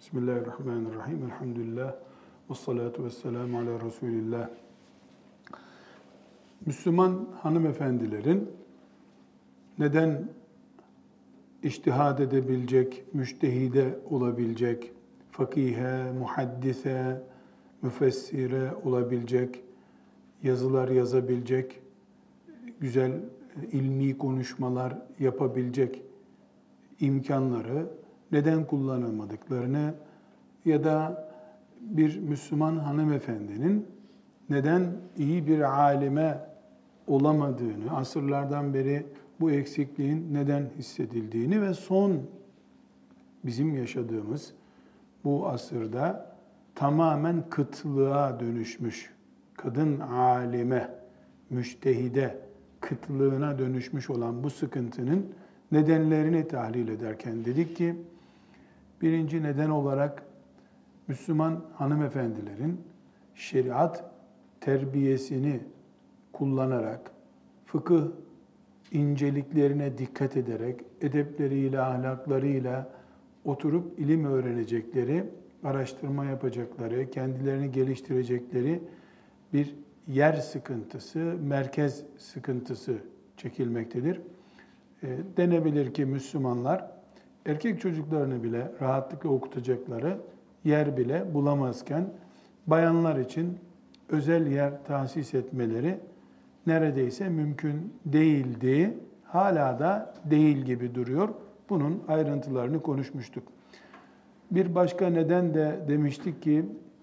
Bismillahirrahmanirrahim. Elhamdülillah. Vessalatu vesselamu ala Resulillah. Müslüman hanımefendilerin neden içtihad edebilecek, müçtehide olabilecek, fakihe, muhaddise, müfessire olabilecek, yazılar yazabilecek, güzel ilmi konuşmalar yapabilecek imkanları neden kullanamadıklarını ya da bir Müslüman hanımefendinin neden iyi bir alime olamadığını, asırlardan beri bu eksikliğin neden hissedildiğini ve son bizim yaşadığımız bu asırda tamamen kıtlığa dönüşmüş, kadın alime, müçtehide, kıtlığına dönüşmüş olan bu sıkıntının nedenlerini tahlil ederken dedik ki, birinci neden olarak Müslüman hanımefendilerin şeriat terbiyesini kullanarak, fıkıh inceliklerine dikkat ederek, edepleriyle, ahlaklarıyla oturup ilim öğrenecekleri, araştırma yapacakları, kendilerini geliştirecekleri bir yer sıkıntısı, merkez sıkıntısı çekilmektedir. Denebilir ki Müslümanlar erkek çocuklarını bile rahatlıkla okutacakları yer bile bulamazken bayanlar için özel yer tahsis etmeleri neredeyse mümkün değildi. Hala da değil gibi duruyor. Bunun ayrıntılarını konuşmuştuk. Bir başka neden de demiştik ki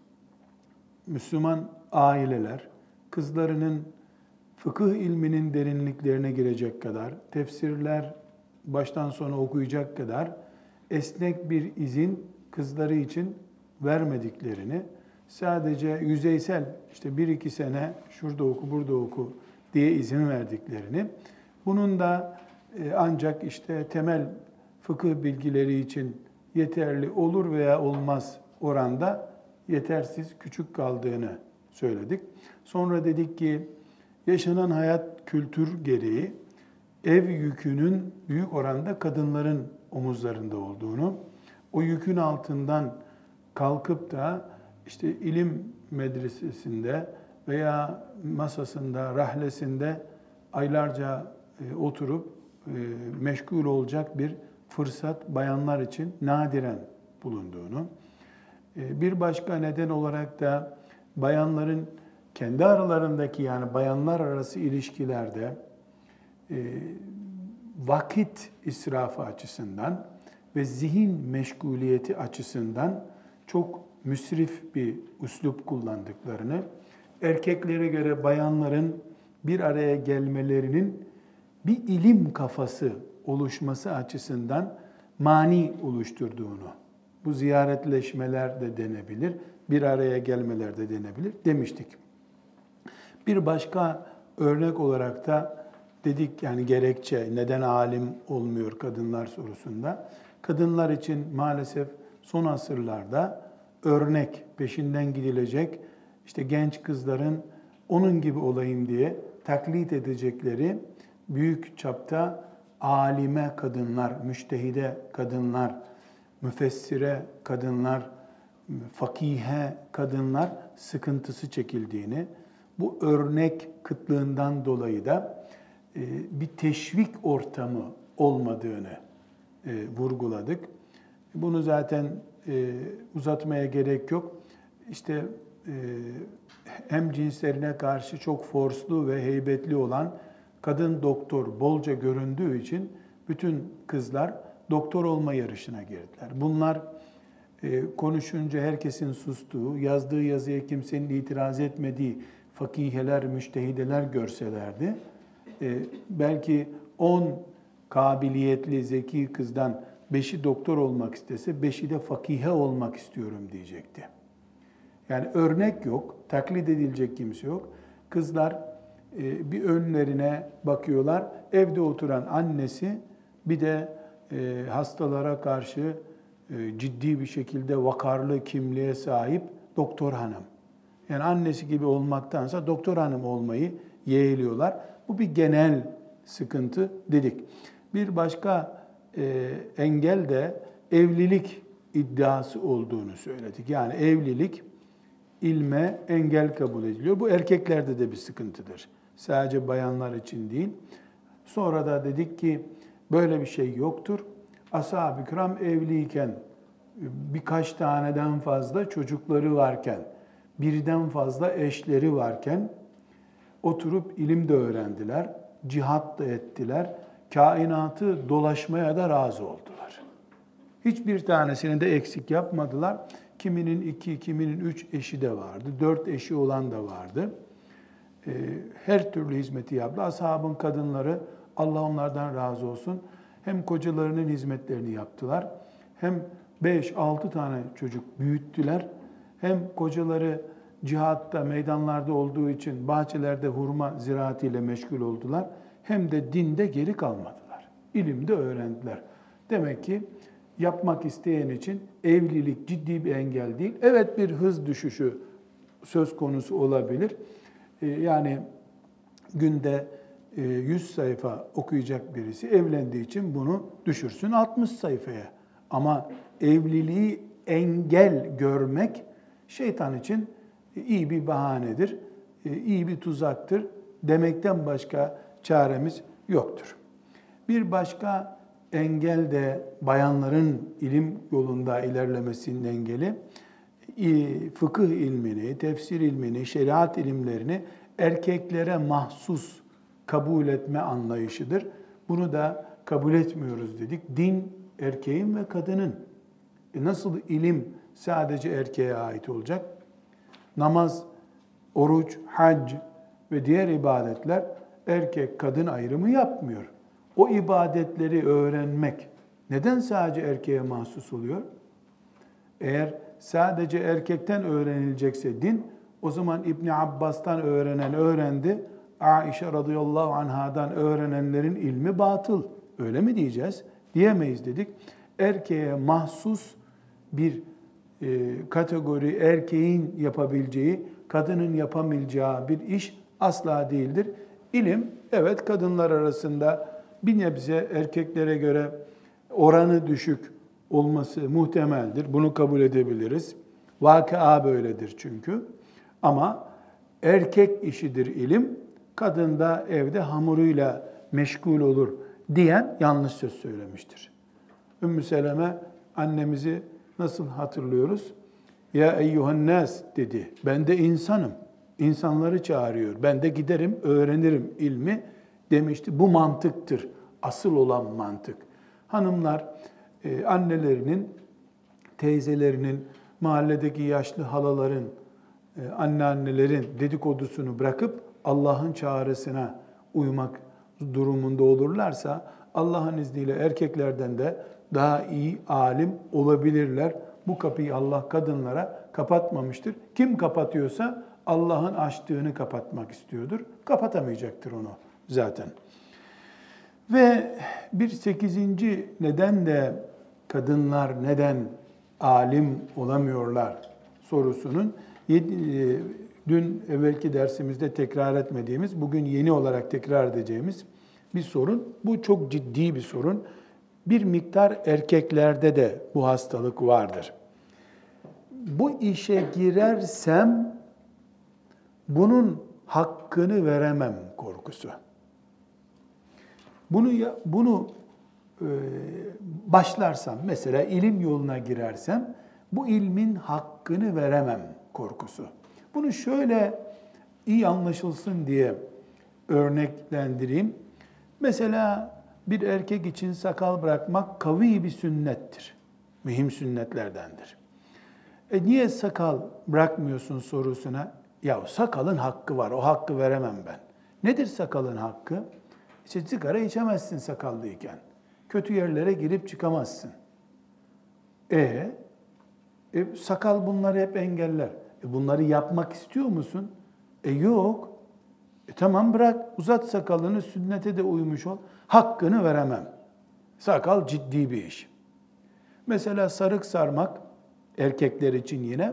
Müslüman aileler kızlarının fıkıh ilminin derinliklerine girecek kadar, tefsirler baştan sona okuyacak kadar esnek bir izin kızları için vermediklerini, sadece yüzeysel işte bir iki sene şurada oku, burada oku diye izin verdiklerini, bunun da ancak işte temel fıkıh bilgileri için yeterli olur veya olmaz oranda yetersiz, küçük kaldığını söyledik. Sonra dedik ki yaşanan hayat kültür gereği ev yükünün büyük oranda kadınların omuzlarında olduğunu, o yükün altından kalkıp da işte ilim medresesinde veya masasında, rahlesinde aylarca oturup meşgul olacak bir fırsat bayanlar için nadiren bulunduğunu, bir başka neden olarak da bayanların kendi aralarındaki yani bayanlar arası ilişkilerde vakit israfı açısından ve zihin meşguliyeti açısından çok müsrif bir üslup kullandıklarını, erkeklere göre bayanların bir araya gelmelerinin bir ilim kafası oluşması açısından mani oluşturduğunu, bu ziyaretleşmeler de denebilir, bir araya gelmeler de denebilir demiştik. Bir başka örnek olarak da dedik yani gerekçe neden alim olmuyor kadınlar sorusunda. Kadınlar için maalesef son asırlarda örnek peşinden gidilecek işte genç kızların onun gibi olayım diye taklit edecekleri büyük çapta alime kadınlar, müçtehide kadınlar, müfessire kadınlar, fakihe kadınlar sıkıntısı çekildiğini, bu örnek kıtlığından dolayı da bir teşvik ortamı olmadığını vurguladık. Bunu zaten uzatmaya gerek yok. İşte hem cinslerine karşı çok forslu ve heybetli olan kadın doktor bolca göründüğü için bütün kızlar doktor olma yarışına girdiler. Bunlar konuşunca herkesin sustuğu, yazdığı yazıya kimsenin itiraz etmediği fakiheler, müçtehideler görselerdi, belki 10 kabiliyetli, zeki kızdan 5'i doktor olmak istese, 5'i de fakihe olmak istiyorum diyecekti. Yani örnek yok, taklit edilecek kimse yok. Kızlar bir önlerine bakıyorlar, evde oturan annesi bir de hastalara karşı ciddi bir şekilde vakarlı kimliğe sahip doktor hanım. Yani annesi gibi olmaktansa doktor hanım olmayı yeğliyorlar. Bu bir genel sıkıntı dedik. Bir başka engel de evlilik iddiası olduğunu söyledik. Yani evlilik ilme engel kabul ediliyor. Bu erkeklerde de bir sıkıntıdır. Sadece bayanlar için değil. Sonra da dedik ki böyle bir şey yoktur. Ashab-ı kiram evliyken, birkaç taneden fazla çocukları varken, birden fazla eşleri varken oturup ilim de öğrendiler, cihat da ettiler, kainatı dolaşmaya da razı oldular. Hiçbir tanesini de eksik yapmadılar. Kiminin 2, kiminin 3 eşi de vardı, 4 eşi olan da vardı. Her türlü hizmeti yaptı. Ashabın kadınları, Allah onlardan razı olsun, hem kocalarının hizmetlerini yaptılar, hem 5-6 tane çocuk büyüttüler, hem kocaları cihatta, meydanlarda olduğu için bahçelerde hurma ziraatiyle meşgul oldular, hem de dinde geri kalmadılar. İlimde öğrendiler. Demek ki yapmak isteyen için evlilik ciddi bir engel değil. Evet, bir hız düşüşü söz konusu olabilir. Yani günde 100 sayfa okuyacak birisi evlendiği için bunu düşürsün 60 sayfaya. Ama evliliği engel görmek şeytan için iyi bir bahanedir, iyi bir tuzaktır demekten başka çaremiz yoktur. Bir başka engel de bayanların ilim yolunda ilerlemesinin engeli, fıkıh ilmini, tefsir ilmini, şeriat ilimlerini erkeklere mahsus kabul etme anlayışıdır. Bunu da kabul etmiyoruz dedik. Din erkeğin ve kadının. Nasıl ilim sadece erkeğe ait olacak? Namaz, oruç, hac ve diğer ibadetler erkek kadın ayrımı yapmıyor. O ibadetleri öğrenmek neden sadece erkeğe mahsus oluyor? Eğer sadece erkekten öğrenilecekse din, o zaman İbn Abbas'tan öğrenen öğrendi, Aişe radıyallahu anhadan öğrenenlerin ilmi batıl. Öyle mi diyeceğiz? Diyemeyiz dedik. Erkeğe mahsus bir kategori, erkeğin yapabileceği, kadının yapamayacağı bir iş asla değildir. İlim, evet kadınlar arasında bir nebze erkeklere göre oranı düşük olması muhtemeldir. Bunu kabul edebiliriz. Vakıa böyledir çünkü. Ama erkek işidir ilim, kadın da evde hamuruyla meşgul olur diyen yanlış söz söylemiştir. Ümmü Seleme annemizi nasıl hatırlıyoruz? Ya eyyuhannas dedi. Ben de insanım. İnsanları çağırıyor. Ben de giderim, öğrenirim ilmi demişti. Bu mantıktır. Asıl olan mantık. Hanımlar annelerinin, teyzelerinin, mahalledeki yaşlı halaların, anneannelerin dedikodusunu bırakıp Allah'ın çağrısına uymak durumunda olurlarsa Allah'ın izniyle erkeklerden de daha iyi alim olabilirler. Bu kapıyı Allah kadınlara kapatmamıştır. Kim kapatıyorsa Allah'ın açtığını kapatmak istiyordur. Kapatamayacaktır onu zaten. Ve bir 8. neden de kadınlar neden alim olamıyorlar sorusunun dün evvelki dersimizde tekrar etmediğimiz, bugün yeni olarak tekrar edeceğimiz bir sorun. Bu çok ciddi bir sorun. Bir miktar erkeklerde de bu hastalık vardır. Bu işe girersem bunun hakkını veremem korkusu. Bunu başlarsam, mesela ilim yoluna girersem, bu ilmin hakkını veremem korkusu. Bunu şöyle iyi anlaşılsın diye örneklendireyim. Mesela bir erkek için sakal bırakmak kavi bir sünnettir. Mühim sünnetlerdendir. Niye sakal bırakmıyorsun sorusuna, ya sakalın hakkı var, o hakkı veremem ben. Nedir sakalın hakkı? İşte sigara içemezsin sakallıyken. Kötü yerlere girip çıkamazsın. Sakal bunları hep engeller. Bunları yapmak istiyor musun? Yok. Tamam bırak, uzat sakalını, sünnete de uymuş ol. Hakkını veremem. Sakal ciddi bir iş. Mesela sarık sarmak, erkekler için yine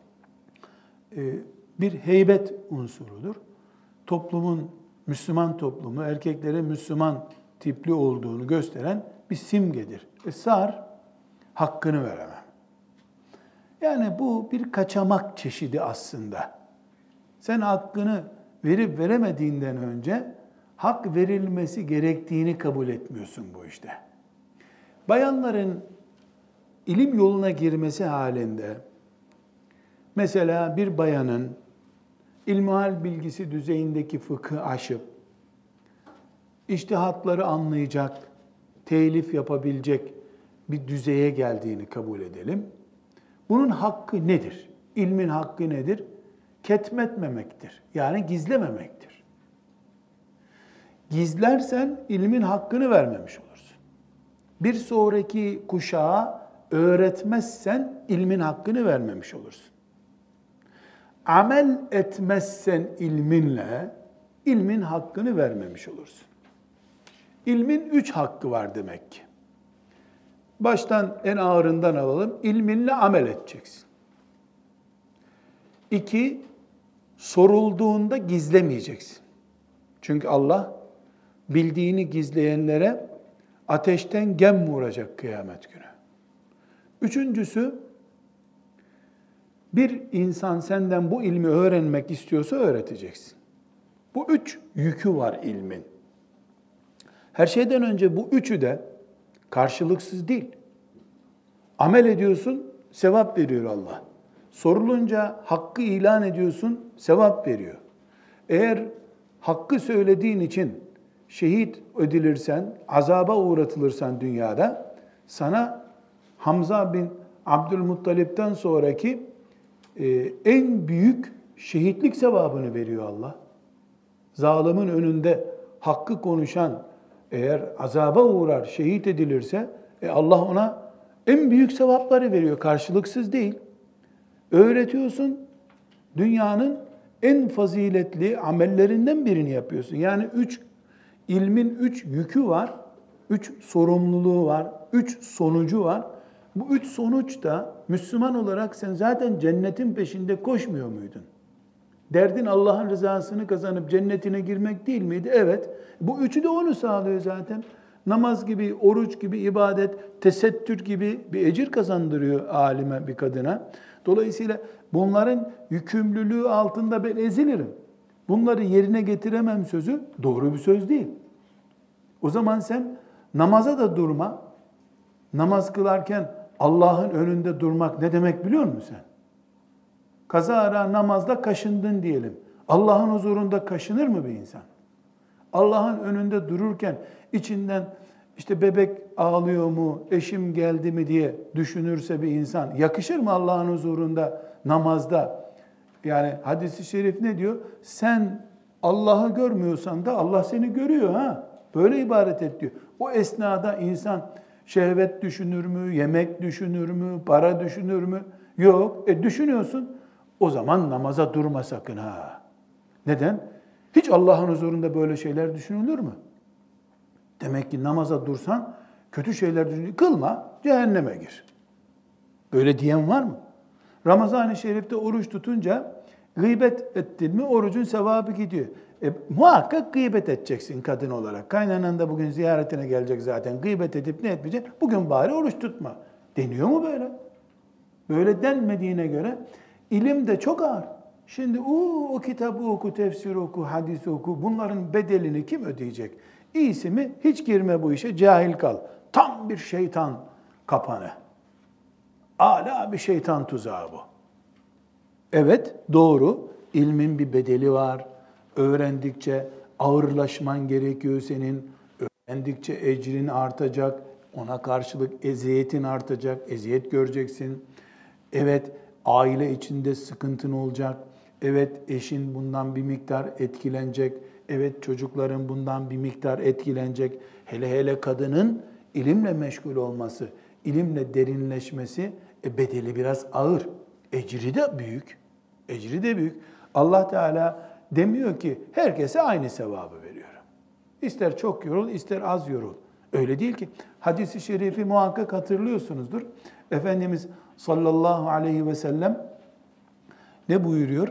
bir heybet unsurudur. Müslüman toplumu, erkeklerin Müslüman tipli olduğunu gösteren bir simgedir. Sar, hakkını veremem. Yani bu bir kaçamak çeşidi aslında. Sen hakkını verip veremediğinden önce hak verilmesi gerektiğini kabul etmiyorsun bu işte. Bayanların ilim yoluna girmesi halinde, mesela bir bayanın ilmihal bilgisi düzeyindeki fıkhı aşıp, içtihatları anlayacak, telif yapabilecek bir düzeye geldiğini kabul edelim. Bunun hakkı nedir? İlmin hakkı nedir? Ketmetmemektir. Yani gizlememektir. Gizlersen ilmin hakkını vermemiş olursun. Bir sonraki kuşağa öğretmezsen ilmin hakkını vermemiş olursun. Amel etmezsen ilminle ilmin hakkını vermemiş olursun. İlmin 3 hakkı var demek ki. Baştan en ağırından alalım. İlminle amel edeceksin. 2, sorulduğunda gizlemeyeceksin. Çünkü Allah bildiğini gizleyenlere ateşten gem vuracak kıyamet günü. Üçüncüsü, bir insan senden bu ilmi öğrenmek istiyorsa öğreteceksin. Bu 3 yükü var ilmin. Her şeyden önce bu üçü de karşılıksız değil. Amel ediyorsun, sevap veriyor Allah. Sorulunca hakkı ilan ediyorsun, sevap veriyor. Eğer hakkı söylediğin için şehit edilirsen, azaba uğratılırsan dünyada, sana Hamza bin Abdülmuttalip'ten sonraki en büyük şehitlik sevabını veriyor Allah. Zalimin önünde hakkı konuşan eğer azaba uğrar, şehit edilirse Allah ona en büyük sevapları veriyor. Karşılıksız değil. Öğretiyorsun, dünyanın en faziletli amellerinden birini yapıyorsun. Yani ilmin 3 yükü var, 3 sorumluluğu var, 3 sonucu var. Bu 3 sonuç da Müslüman olarak sen zaten cennetin peşinde koşmuyor muydun? Derdin Allah'ın rızasını kazanıp cennetine girmek değil miydi? Evet. Bu üçü de onu sağlıyor zaten. Namaz gibi, oruç gibi, ibadet, tesettür gibi bir ecir kazandırıyor alime, bir kadına. Dolayısıyla bunların yükümlülüğü altında ben ezilirim. Bunları yerine getiremem sözü doğru bir söz değil. O zaman sen namaza da durma. Namaz kılarken Allah'ın önünde durmak ne demek biliyor musun sen? Kazara namazda kaşındın diyelim. Allah'ın huzurunda kaşınır mı bir insan? Allah'ın önünde dururken içinden işte bebek ağlıyor mu, eşim geldi mi diye düşünürse bir insan yakışır mı Allah'ın huzurunda namazda? Yani hadis-i şerif ne diyor? Sen Allah'ı görmüyorsan da Allah seni görüyor ha. Böyle ibadet et diyor. O esnada insan şehvet düşünür mü, yemek düşünür mü, para düşünür mü? Yok. Düşünüyorsun. O zaman namaza durma sakın ha. Neden? Hiç Allah'ın huzurunda böyle şeyler düşünülür mü? Demek ki namaza dursan kötü şeyler düşünür. Kılma, cehenneme gir. Böyle diyen var mı? Ramazan-ı Şerif'te oruç tutunca gıybet ettin mi orucun sevabı gidiyor. Muhakkak gıybet edeceksin kadın olarak. Kaynanan da bugün ziyaretine gelecek zaten. Gıybet edip ne etmeyeceksin? Bugün bari oruç tutma. Deniyor mu böyle? Böyle denmediğine göre ilim de çok ağır. Şimdi o kitabı oku, tefsir oku, hadis oku. Bunların bedelini kim ödeyecek? İyisi mi? Hiç girme bu işe, cahil kal. Tam bir şeytan kapanı. Âlâ bir şeytan tuzağı bu. Evet, doğru. İlmin bir bedeli var. Öğrendikçe ağırlaşman gerekiyor senin. Öğrendikçe ecrin artacak. Ona karşılık eziyetin artacak. Eziyet göreceksin. Evet, aile içinde sıkıntın olacak. Evet, eşin bundan bir miktar etkilenecek. Evet, çocukların bundan bir miktar etkilenecek. Hele hele kadının ilimle meşgul olması, ilimle derinleşmesi bedeli biraz ağır. Ecri de büyük. Ecri de büyük. Allah Teala demiyor ki herkese aynı sevabı veriyorum. İster çok yorul, ister az yorul. Öyle değil ki. Hadis-i şerifi muhakkak hatırlıyorsunuzdur. Efendimiz sallallahu aleyhi ve sellem ne buyuruyor?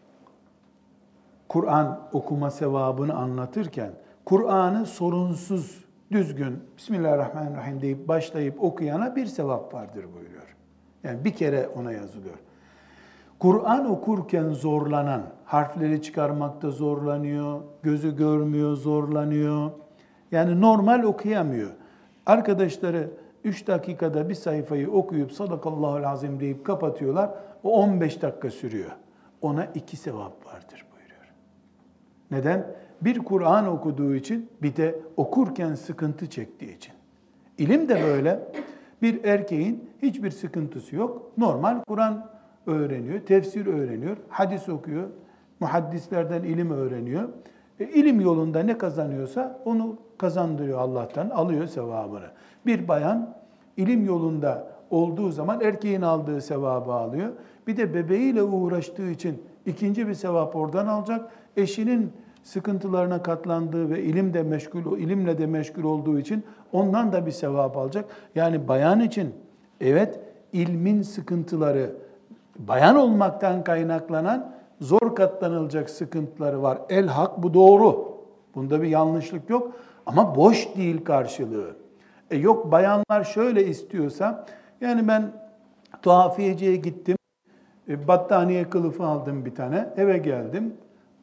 Kur'an okuma sevabını anlatırken, Kur'an'ı düzgün, Bismillahirrahmanirrahim deyip başlayıp okuyana bir sevap vardır buyuruyor. Yani bir kere ona yazılıyor. Kur'an okurken zorlanan, harfleri çıkarmakta zorlanıyor, gözü görmüyor, zorlanıyor. Yani normal okuyamıyor. Arkadaşları 3 dakikada bir sayfayı okuyup sadakallahul azim deyip kapatıyorlar. O 15 dakika sürüyor. Ona 2 sevap vardır buyuruyor. Neden? Bir Kur'an okuduğu için, bir de okurken sıkıntı çektiği için. İlim de böyle. Bir erkeğin hiçbir sıkıntısı yok. Normal Kur'an öğreniyor, tefsir öğreniyor, hadis okuyor, muhaddislerden ilim öğreniyor. İlim yolunda ne kazanıyorsa onu kazandırıyor Allah'tan, alıyor sevabını. Bir bayan ilim yolunda olduğu zaman erkeğin aldığı sevabı alıyor. Bir de bebeğiyle uğraştığı için ikinci bir sevap oradan alacak. Eşinin sıkıntılarına katlandığı ve ilimle de meşgul olduğu için ondan da bir sevap alacak. Yani bayan için evet ilmin sıkıntıları, bayan olmaktan kaynaklanan zor katlanılacak sıkıntıları var. El-hak bu doğru. Bunda bir yanlışlık yok. Ama boş değil karşılığı. Yok bayanlar şöyle istiyorsa, yani ben tuhafiyeciye gittim, battaniye kılıfı aldım bir tane, eve geldim,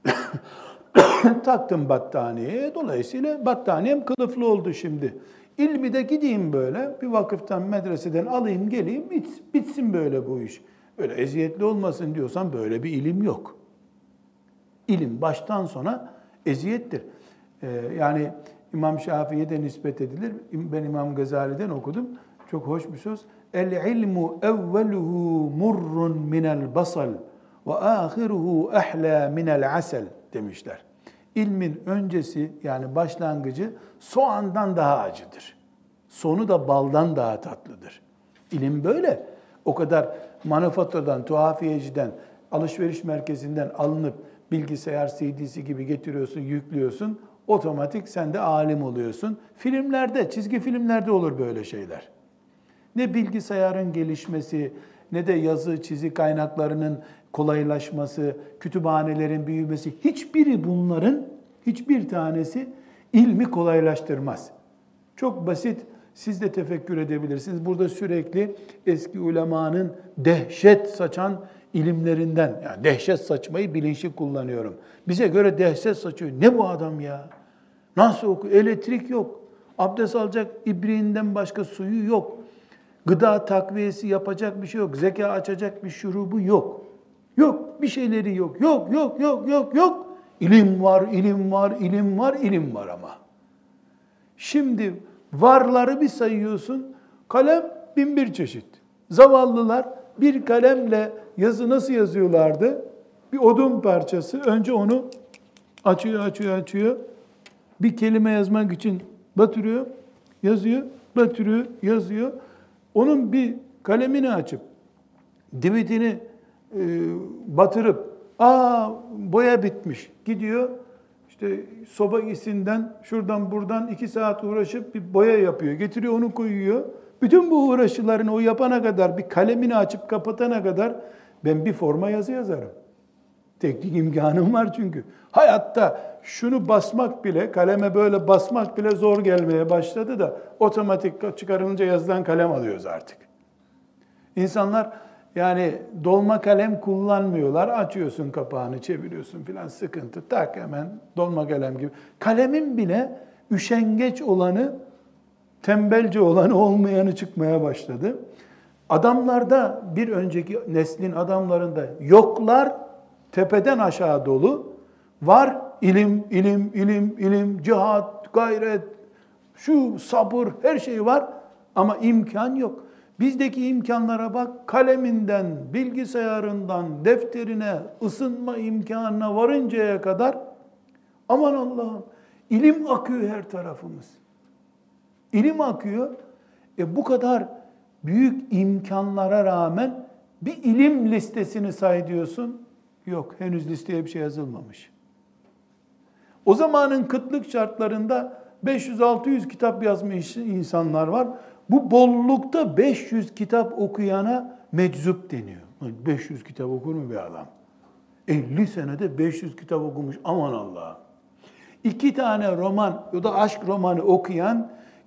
taktım battaniyeye, dolayısıyla battaniyem kılıflı oldu şimdi. İlmi de gideyim böyle, bir vakıftan, medreseden alayım geleyim, bitsin böyle bu iş. Öyle eziyetli olmasın diyorsan böyle bir ilim yok. İlim baştan sona eziyettir. Yani İmam Şafii'ye de nispet edilir. Ben İmam Gazali'den okudum. Çok hoş bir söz. El-ilmu evveluhu murrun minel basal ve ahiruhu ahla minel asel demişler. İlmin öncesi yani başlangıcı soğandan daha acıdır. Sonu da baldan daha tatlıdır. İlim böyle. O kadar manifatura'dan, tuhafiyeciden, alışveriş merkezinden alınıp bilgisayar CD'si gibi getiriyorsun, yüklüyorsun. Otomatik sen de alim oluyorsun. Filmlerde, çizgi filmlerde olur böyle şeyler. Ne bilgisayarın gelişmesi, ne de yazı, çizi kaynaklarının kolaylaşması, kütüphanelerin büyümesi, hiçbiri bunların, hiçbir tanesi ilmi kolaylaştırmaz. Çok basit, siz de tefekkür edebilirsiniz. Burada sürekli eski ulemanın dehşet saçan ilimlerinden, yani dehşet saçmayı bilinçli kullanıyorum. Bize göre dehşet saçıyor. Ne bu adam ya? Nasıl okuyor? Elektrik yok. Abdest alacak ibriğinden başka suyu yok. Gıda takviyesi yapacak bir şey yok. Zeka açacak bir şurubu yok. Yok, bir şeyleri yok. Yok. İlim var, ilim var, ilim var, ilim var ama. Şimdi varları bir sayıyorsun, kalem bin bir çeşit. Zavallılar bir kalemle yazı nasıl yazıyorlardı? Bir odun parçası, önce onu açıyor. Bir kelime yazmak için batırıyor, yazıyor, batırıyor, yazıyor. Onun bir kalemini açıp, dibitini batırıp, boya bitmiş, gidiyor. İşte soba isinden şuradan buradan 2 saat uğraşıp bir boya yapıyor. Getiriyor onu koyuyor. Bütün bu uğraşılarını o yapana kadar, bir kalemini açıp kapatana kadar ben bir forma yazı yazarım. Teknik imkanım var çünkü. Hayatta şunu basmak bile, kaleme böyle basmak bile zor gelmeye başladı da otomatik çıkarılınca yazılan kalem alıyoruz artık. İnsanlar yani dolma kalem kullanmıyorlar. Açıyorsun kapağını, çeviriyorsun filan sıkıntı. Tak hemen dolma kalem gibi. Kalemin bile üşengeç olanı, tembelce olanı, olmayanı çıkmaya başladı. Adamlarda, bir önceki neslin adamlarında yoklar tepeden aşağı dolu. Var ilim, cihat, gayret, şu sabır, her şey var ama imkan yok. Bizdeki imkanlara bak, kaleminden, bilgisayarından, defterine, ısınma imkanına varıncaya kadar aman Allah'ım, ilim akıyor her tarafımız. İlim akıyor. Bu kadar büyük imkanlara rağmen bir ilim listesini say diyorsun. Yok, henüz listeye bir şey yazılmamış. O zamanın kıtlık şartlarında 500-600 kitap yazmış insanlar var. Bu bollukta 500 kitap okuyana meczup deniyor. 500 kitap okur mu bir adam? 50 senede 500 kitap okumuş. Aman Allah'ım. 2 tane roman, o da aşk romanı okuyan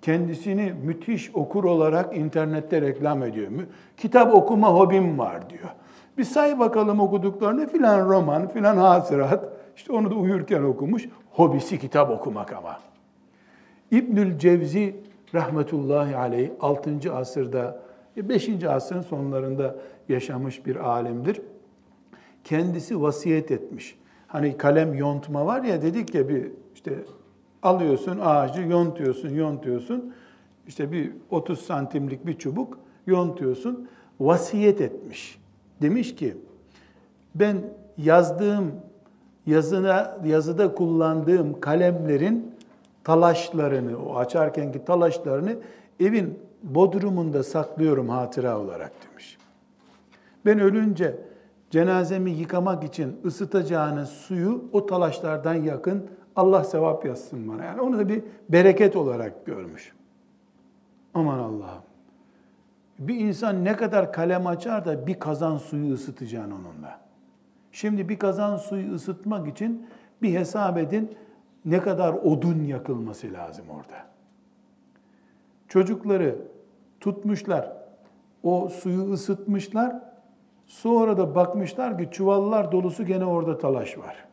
kendisini müthiş okur olarak internette reklam ediyor. Kitap okuma hobim var diyor. Bir say bakalım okuduklarını, filan roman, filan hatırat. İşte onu da uyurken okumuş. Hobisi kitap okumak ama. İbnül Cevzi rahmetullahi aleyh 6. asırda, 5. asrın sonlarında yaşamış bir alimdir. Kendisi vasiyet etmiş. Hani kalem yontma var ya, dedik ya, bir işte alıyorsun ağacı, yontuyorsun. İşte bir 30 santimlik bir çubuk yontuyorsun. Vasiyet etmiş. Demiş ki, ben yazdığım, yazıda kullandığım kalemlerin talaşlarını, o açarkenki talaşlarını evin bodrumunda saklıyorum hatıra olarak demiş. Ben ölünce cenazemi yıkamak için ısıtacağınız suyu o talaşlardan yakın, Allah sevap yazsın bana. Yani onu da bir bereket olarak görmüş. Aman Allah'ım. Bir insan ne kadar kalem açar da bir kazan suyu ısıtacaksın onunla. Şimdi bir kazan suyu ısıtmak için bir hesap edin, ne kadar odun yakılması lazım orada. Çocukları tutmuşlar, o suyu ısıtmışlar, sonra da bakmışlar ki çuvallar dolusu gene orada talaş var.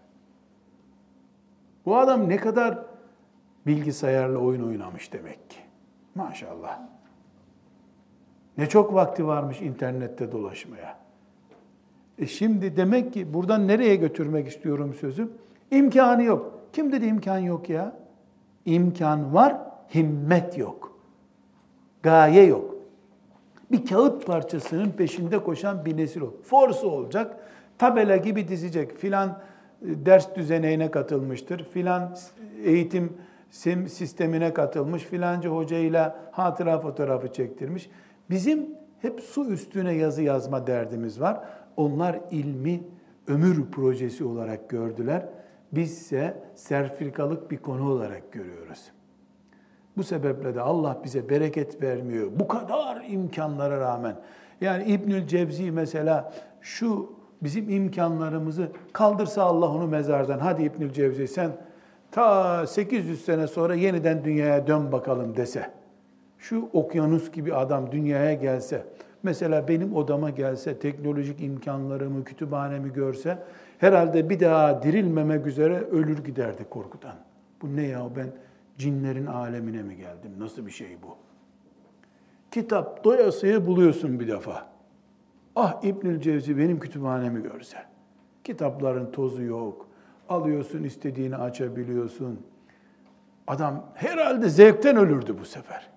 Bu adam ne kadar bilgisayarla oyun oynamış demek ki. Maşallah. Ne çok vakti varmış internette dolaşmaya. Şimdi demek ki buradan nereye götürmek istiyorum sözü? İmkanı yok. Kim dedi imkan yok ya? İmkan var, himmet yok. Gaye yok. Bir kağıt parçasının peşinde koşan bir nesil olur. Force olacak, tabela gibi dizecek. Filan ders düzenine katılmıştır, filan eğitim sistemine katılmış, filanca hocayla hatıra fotoğrafı çektirmiş. Bizim hep su üstüne yazı yazma derdimiz var. Onlar ilmi ömür projesi olarak gördüler. Bizse serfirkalık bir konu olarak görüyoruz. Bu sebeple de Allah bize bereket vermiyor. Bu kadar imkanlara rağmen. Yani İbnül Cevzi mesela şu bizim imkanlarımızı kaldırsa Allah onu mezardan. Hadi İbnül Cevzi sen ta 800 sene sonra yeniden dünyaya dön bakalım dese. Şu okyanus gibi adam dünyaya gelse, mesela benim odama gelse, teknolojik imkanlarımı, kütüphanemi görse, herhalde bir daha dirilmemek üzere ölür giderdi korkudan. Bu ne ya, ben cinlerin alemine mi geldim? Nasıl bir şey bu? Kitap doyasıya buluyorsun bir defa. Ah İbnül Cevzi benim kütüphanemi görse. Kitapların tozu yok. Alıyorsun, istediğini açabiliyorsun. Adam herhalde zevkten ölürdü bu sefer.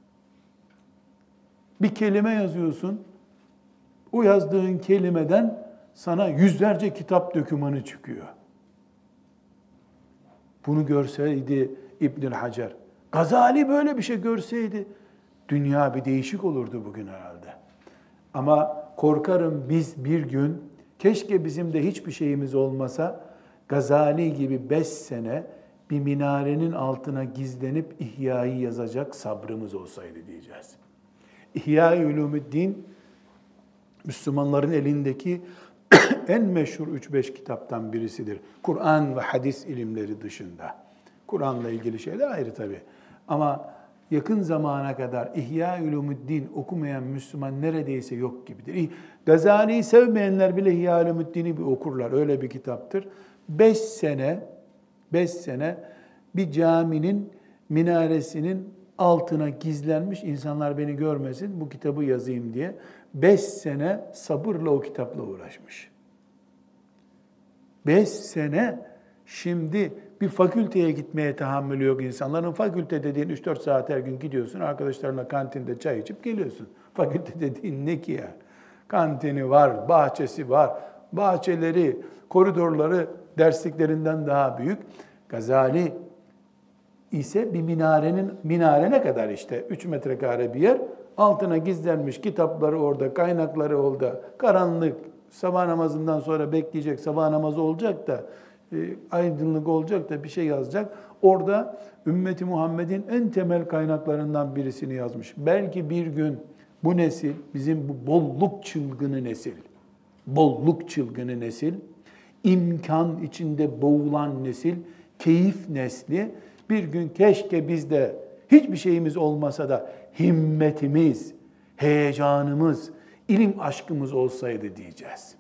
Bir kelime yazıyorsun, o yazdığın kelimeden sana yüzlerce kitap dökümanı çıkıyor. Bunu görseydi İbnül Hacer, Gazali böyle bir şey görseydi, dünya bir değişik olurdu bugün herhalde. Ama korkarım biz bir gün, keşke bizim de hiçbir şeyimiz olmasa, Gazali gibi 5 sene bir minarenin altına gizlenip İhya'yı yazacak sabrımız olsaydı diyeceğiz. İhya-i Ulûmu'd-Din, Müslümanların elindeki en meşhur 3-5 kitaptan birisidir. Kur'an ve hadis ilimleri dışında. Kur'an'la ilgili şeyler ayrı tabii. Ama yakın zamana kadar İhya-i Ulûmu'd-Din okumayan Müslüman neredeyse yok gibidir. Gazali'yi sevmeyenler bile İhya-i Ulûmu'd-Din'i bir okurlar. Öyle bir kitaptır. 5 sene bir caminin minaresinin altına gizlenmiş, insanlar beni görmesin, bu kitabı yazayım diye 5 sene sabırla o kitapla uğraşmış. 5 sene şimdi bir fakülteye gitmeye tahammülü yok insanların. Fakülte dediğin 3-4 saat her gün gidiyorsun, arkadaşlarına kantinde çay içip geliyorsun. Fakülte dediğin ne ki ya? Kantini var, bahçesi var. Bahçeleri, koridorları dersliklerinden daha büyük. Gazali ise bir minare ne kadar işte 3 metrekare bir yer, altına gizlenmiş kitapları orada, kaynakları orada, karanlık, sabah namazından sonra bekleyecek, sabah namazı olacak da, aydınlık olacak da bir şey yazacak. Orada ümmeti Muhammed'in en temel kaynaklarından birisini yazmış. Belki bir gün bu nesil, bizim bu bolluk çılgını nesil, imkan içinde boğulan nesil, keyif nesli, bir gün keşke biz de hiçbir şeyimiz olmasa da himmetimiz, heyecanımız, ilim aşkımız olsaydı diyeceğiz.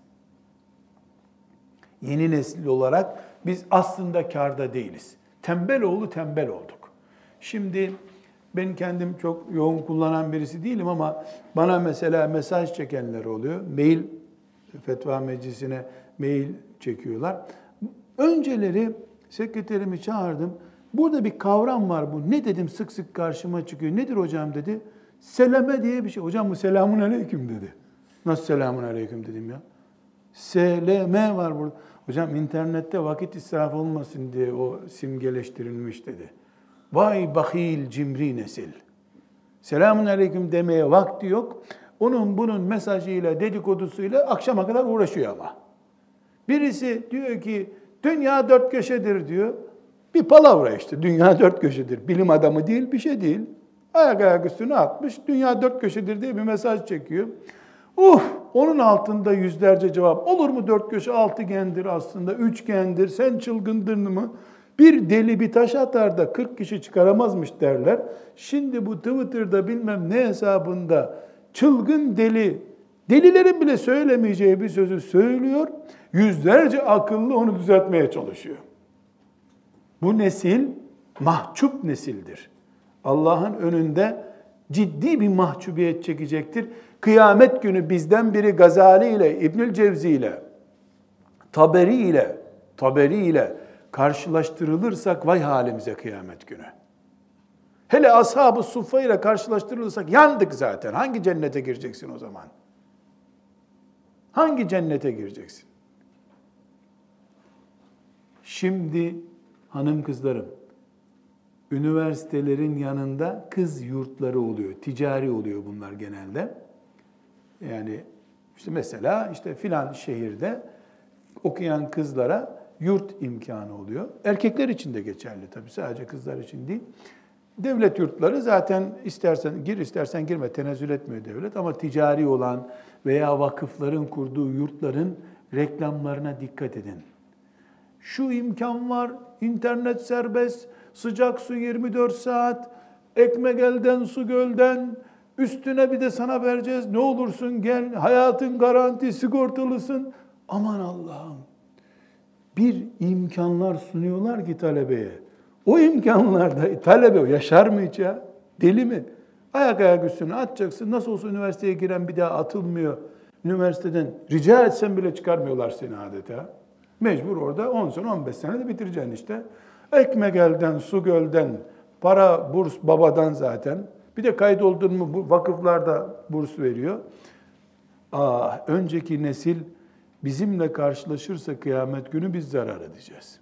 Yeni nesil olarak biz aslında kârda değiliz. Tembel oğlu tembel olduk. Şimdi ben kendim çok yoğun kullanan birisi değilim ama bana mesela mesaj çekenler oluyor. Mail, fetva meclisine mail çekiyorlar. Önceleri sekreterimi çağırdım. Burada bir kavram var bu. Ne dedim, sık sık karşıma çıkıyor. Nedir hocam dedi. Seleme diye bir şey. Hocam bu selamun aleyküm dedi. Nasıl selamun aleyküm dedim ya. Seleme var burada. Hocam internette vakit israfı olmasın diye o simgeleştirilmiş dedi. Vay bahil cimri nesil. Selamun aleyküm demeye vakti yok. Onun bunun mesajıyla, dedikodusuyla akşama kadar uğraşıyor ama. Birisi diyor ki dünya dört köşedir diyor. Bir palavra işte. Dünya dört köşedir. Bilim adamı değil, bir şey değil. Ayak üstüne atmış. Dünya dört köşedir diye bir mesaj çekiyor. Onun altında yüzlerce cevap. Olur mu dört köşe altıgendir aslında, üçgendir, sen çılgındın mı? Bir deli bir taş atar da 40 kişi çıkaramazmış derler. Şimdi bu Twitter'da bilmem ne hesabında çılgın deli, delilerin bile söylemeyeceği bir sözü söylüyor. Yüzlerce akıllı onu düzeltmeye çalışıyor. Bu nesil mahcup nesildir. Allah'ın önünde ciddi bir mahcubiyet çekecektir. Kıyamet günü bizden biri Gazali ile, İbnül Cevzi ile, Taberi ile karşılaştırılırsak vay halimize kıyamet günü. Hele Ashab-ı Suffa ile karşılaştırılırsak yandık zaten. Hangi cennete gireceksin o zaman? Hangi cennete gireceksin? Şimdi hanım kızlarım, üniversitelerin yanında kız yurtları oluyor. Ticari oluyor bunlar genelde. Yani işte mesela işte filan şehirde okuyan kızlara yurt imkanı oluyor. Erkekler için de geçerli tabii, sadece kızlar için değil. Devlet yurtları zaten istersen gir istersen girme, tenezzül etmiyor devlet, ama ticari olan veya vakıfların kurduğu yurtların reklamlarına dikkat edin. Şu imkan var, internet serbest, sıcak su 24 saat, ekmek elden su gölden, üstüne bir de sana vereceğiz, ne olursun gel, hayatın garanti, sigortalısın. Aman Allah'ım, bir imkanlar sunuyorlar ki talebeye. O imkanlarda talebe yaşar mı hiç ya? Deli mi? Ayak üstüne atacaksın. Nasıl olsa üniversiteye giren bir daha atılmıyor. Üniversiteden rica etsen bile çıkarmıyorlar seni adeta. Mecbur orada 10 sene 15 sene de bitireceksin işte. Ekmek elden, su gölden, para burs babadan zaten. Bir de kaydoldun mu bu vakıflar da burs veriyor. Önceki nesil bizimle karşılaşırsa kıyamet günü biz zarar edeceğiz.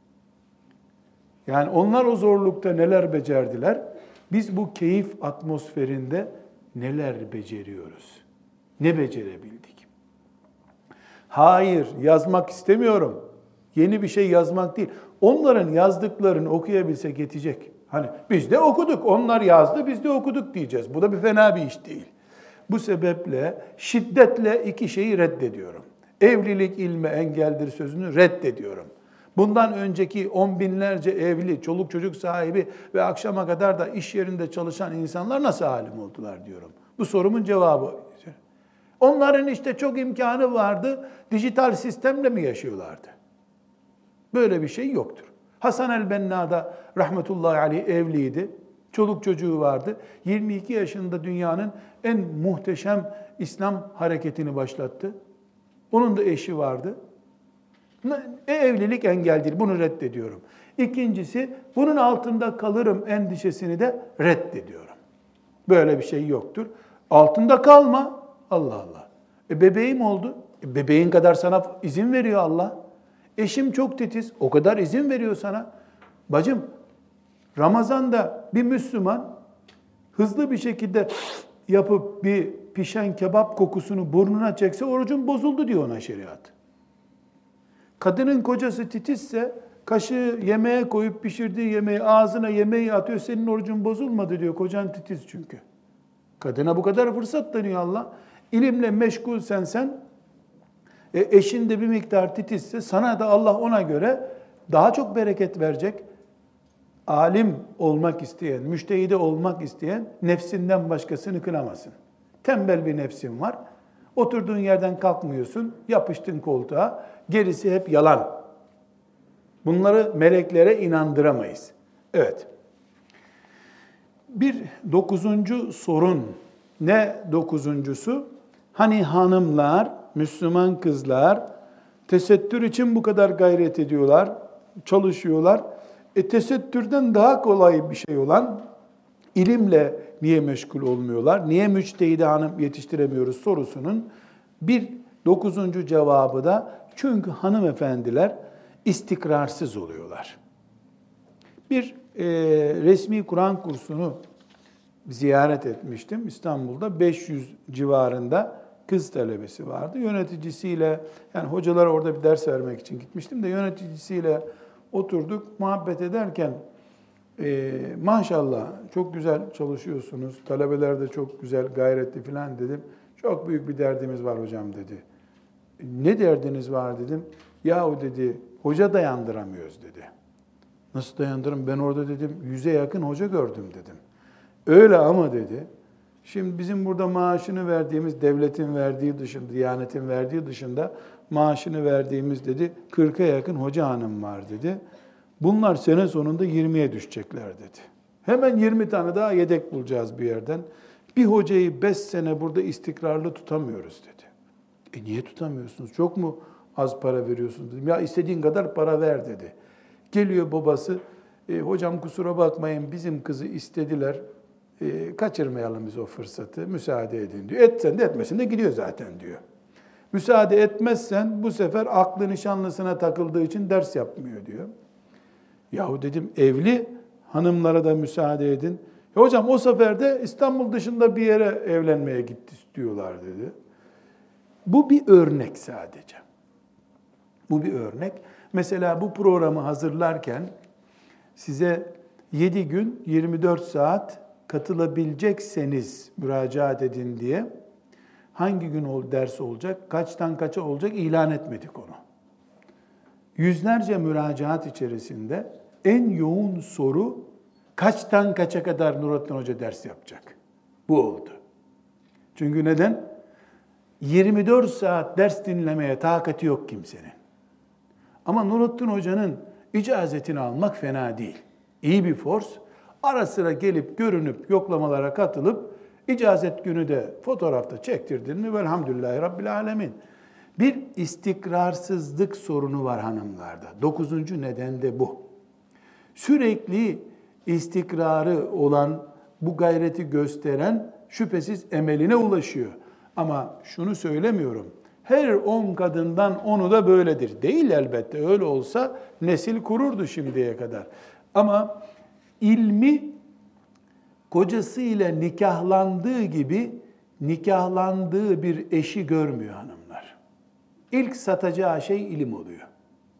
Yani onlar o zorlukta neler becerdiler? Biz bu keyif atmosferinde neler beceriyoruz? Ne becerebildik? Hayır, yazmak istemiyorum. Yeni bir şey yazmak değil. Onların yazdıklarını okuyabilsek yetecek. Hani biz de okuduk, onlar yazdı, biz de okuduk diyeceğiz. Bu da bir fena bir iş değil. Bu sebeple şiddetle iki şeyi reddediyorum. Evlilik ilme engeldir sözünü reddediyorum. Bundan önceki 10 binlerce evli, çoluk çocuk sahibi ve akşama kadar da iş yerinde çalışan insanlar nasıl alim oldular diyorum. Bu sorumun cevabı. Onların işte çok imkanı vardı, dijital sistemle mi yaşıyorlardı? Böyle bir şey yoktur. Hasan el-Benna da rahmetullahi aleyh evliydi. Çoluk çocuğu vardı. 22 yaşında dünyanın en muhteşem İslam hareketini başlattı. Onun da eşi vardı. Evlilik engel değil. Bunu reddediyorum. İkincisi, bunun altında kalırım endişesini de reddediyorum. Böyle bir şey yoktur. Altında kalma. Allah Allah. Bebeğim oldu. Bebeğin kadar sana izin veriyor Allah. Eşim çok titiz. O kadar izin veriyor sana. Bacım, Ramazan'da bir Müslüman hızlı bir şekilde yapıp bir pişen kebap kokusunu burnuna çekse orucun bozuldu diyor ona şeriat. Kadının kocası titizse kaşığı yemeğe koyup pişirdiği yemeği ağzına yemeği atıyor, senin orucun bozulmadı diyor, kocan titiz çünkü. Kadına bu kadar fırsat tanıyor Allah. İlimle meşgulsen sen, eşin de bir miktar titizse sana da Allah ona göre daha çok bereket verecek. alim olmak isteyen, müştehide olmak isteyen nefsinden başkasını kınamasın. Tembel bir nefsin var. Oturduğun yerden kalkmıyorsun, yapıştın koltuğa. Gerisi hep yalan. Bunları meleklere inandıramayız. Evet. Bir 9. sorun. Ne 9.'su? Hani hanımlar, Müslüman kızlar tesettür için bu kadar gayret ediyorlar, çalışıyorlar. Tesettürden daha kolay bir şey olan ilimle niye meşgul olmuyorlar? Niye müçtehide hanım yetiştiremiyoruz sorusunun bir 9. cevabı da çünkü hanımefendiler istikrarsız oluyorlar. Bir resmi Kur'an kursunu ziyaret etmiştim. İstanbul'da 500 civarında kız talebesi vardı. Yöneticisiyle, yani hocalara orada bir ders vermek için gitmiştim de yöneticisiyle oturduk, muhabbet ederken maşallah çok güzel çalışıyorsunuz, talebeler de çok güzel, gayretli filan dedim. Çok büyük bir derdimiz var hocam dedi. Ne derdiniz var dedim. Yahu dedi, hoca dayandıramıyoruz dedi. Nasıl dayandırım? Ben orada dedim 100'e yakın hoca gördüm dedim. Öyle ama dedi. Şimdi bizim burada maaşını verdiğimiz, devletin verdiği dışında, Diyanet'in verdiği dışında maaşını verdiğimiz dedi 40'a yakın hoca hanım var dedi. Bunlar sene sonunda 20'ye düşecekler dedi. Hemen 20 tane daha yedek bulacağız bir yerden. Bir hocayı 5 sene burada istikrarlı tutamıyoruz dedi. Niye tutamıyorsunuz? Çok mu az para veriyorsunuz dedim. Ya istediğin kadar para ver dedi. Geliyor babası, hocam kusura bakmayın bizim kızı istediler. Kaçırmayalım biz o fırsatı, müsaade edin diyor. Etsen de etmesin de gidiyor zaten diyor. Müsaade etmezsen bu sefer aklı nişanlısına takıldığı için ders yapmıyor diyor. Yahu dedim evli hanımlara da müsaade edin. Hocam o sefer de İstanbul dışında bir yere evlenmeye gitti diyorlar dedi. Bu bir örnek sadece. Bu bir örnek. Mesela bu programı hazırlarken size 7 gün 24 saat katılabilecekseniz müracaat edin diye hangi gün ders olacak, kaçtan kaça olacak ilan etmedik onu. Yüzlerce müracaat içerisinde en yoğun soru kaçtan kaça kadar Nurattin Hoca ders yapacak? Bu oldu. Çünkü neden? 24 saat ders dinlemeye takati yok kimsenin. Ama Nurattin Hoca'nın icazetini almak fena değil. İyi bir fors. Ara sıra gelip görünüp yoklamalara katılıp icazet günü de fotoğrafta çektirdin mi velhamdülillahi rabbil alemin. Bir istikrarsızlık sorunu var hanımlarda. 9. neden de bu. Sürekli istikrarı olan, bu gayreti gösteren şüphesiz emeline ulaşıyor. Ama şunu söylemiyorum. Her 10 kadından 10'u da böyledir. Değil elbette. Öyle olsa nesil kururdu şimdiye kadar. Ama ilmi kocasıyla nikahlandığı gibi nikahlandığı bir eşi görmüyor hanımlar. İlk satacağı şey ilim oluyor.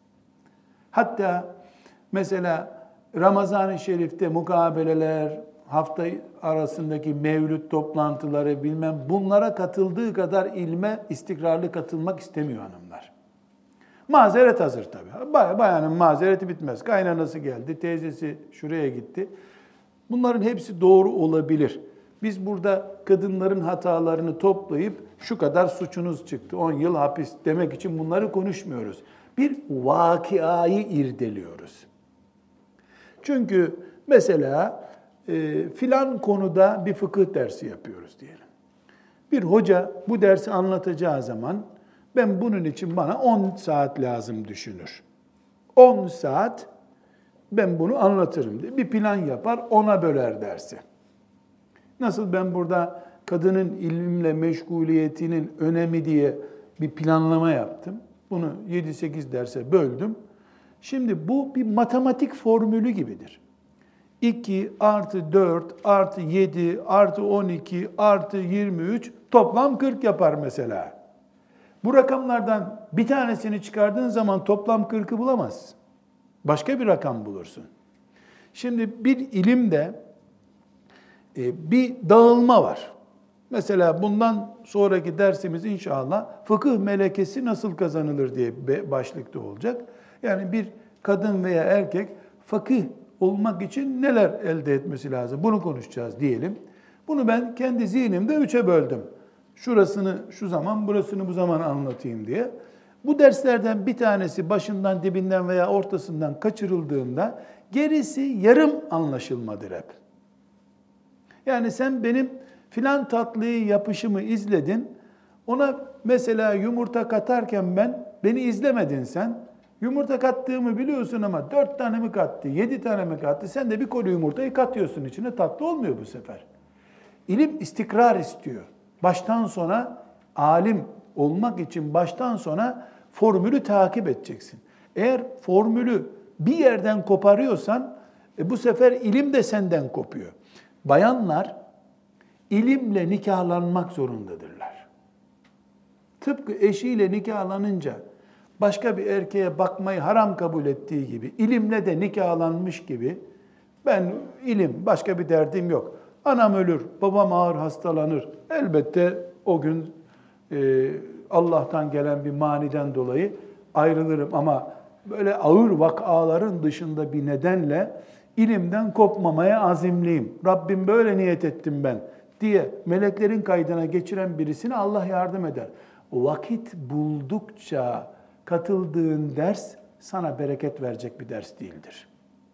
Hatta mesela Ramazan-ı Şerif'te mukabeleler, hafta arasındaki mevlüt toplantıları bilmem bunlara katıldığı kadar ilme istikrarlı katılmak istemiyor hanımlar. Mazeret hazır tabii. Bayanın mazereti bitmez. Kaynanası geldi, teyzesi şuraya gitti. Bunların hepsi doğru olabilir. Biz burada kadınların hatalarını toplayıp şu kadar suçunuz çıktı, 10 yıl hapis demek için bunları konuşmuyoruz. Bir vakıayı irdeliyoruz. Çünkü mesela filan konuda bir fıkıh dersi yapıyoruz diyelim. Bir hoca bu dersi anlatacağı zaman ben bunun için bana 10 saat lazım düşünür. 10 saat ben bunu anlatırım diye bir plan yapar, ona böler dersi. Nasıl ben burada kadının ilimle meşguliyetinin önemi diye bir planlama yaptım. Bunu 7-8 derse böldüm. Şimdi bu bir matematik formülü gibidir. 2 artı 4 artı 7 artı 12 artı 23 toplam 40 yapar mesela. Bu rakamlardan bir tanesini çıkardığın zaman toplam 40'ı bulamazsın. Başka bir rakam bulursun. Şimdi bir ilimde bir dağılma var. Mesela bundan sonraki dersimiz inşallah fıkıh melekesi nasıl kazanılır diye başlıkta olacak. Yani bir kadın veya erkek fıkıh olmak için neler elde etmesi lazım? Bunu konuşacağız diyelim. Bunu ben kendi zihnimde 3'e böldüm. Şurasını şu zaman, burasını bu zaman anlatayım diye. Bu derslerden bir tanesi başından, dibinden veya ortasından kaçırıldığında gerisi yarım anlaşılmadır hep. Yani sen benim filan tatlıyı yapışımı izledin. Ona mesela yumurta katarken beni izlemedin sen. Yumurta kattığımı biliyorsun ama 4 tane mi kattı, 7 tane mi kattı? Sen de bir koli yumurtayı katıyorsun içine, tatlı olmuyor bu sefer. İlim istikrar istiyor. Baştan sona alim olmak için baştan sona formülü takip edeceksin. Eğer formülü bir yerden koparıyorsan bu sefer ilim de senden kopuyor. Bayanlar ilimle nikahlanmak zorundadırlar. Tıpkı eşiyle nikahlanınca başka bir erkeğe bakmayı haram kabul ettiği gibi, ilimle de nikahlanmış gibi, ben ilim, başka bir derdim yok. Anam ölür, babam ağır hastalanır. Elbette o gün Allah'tan gelen bir maniden dolayı ayrılırım. Ama böyle ağır vakaların dışında bir nedenle ilimden kopmamaya azimliyim. Rabbim böyle niyet ettim ben diye meleklerin kaydına geçiren birisine Allah yardım eder. Vakit buldukça katıldığın ders sana bereket verecek bir ders değildir.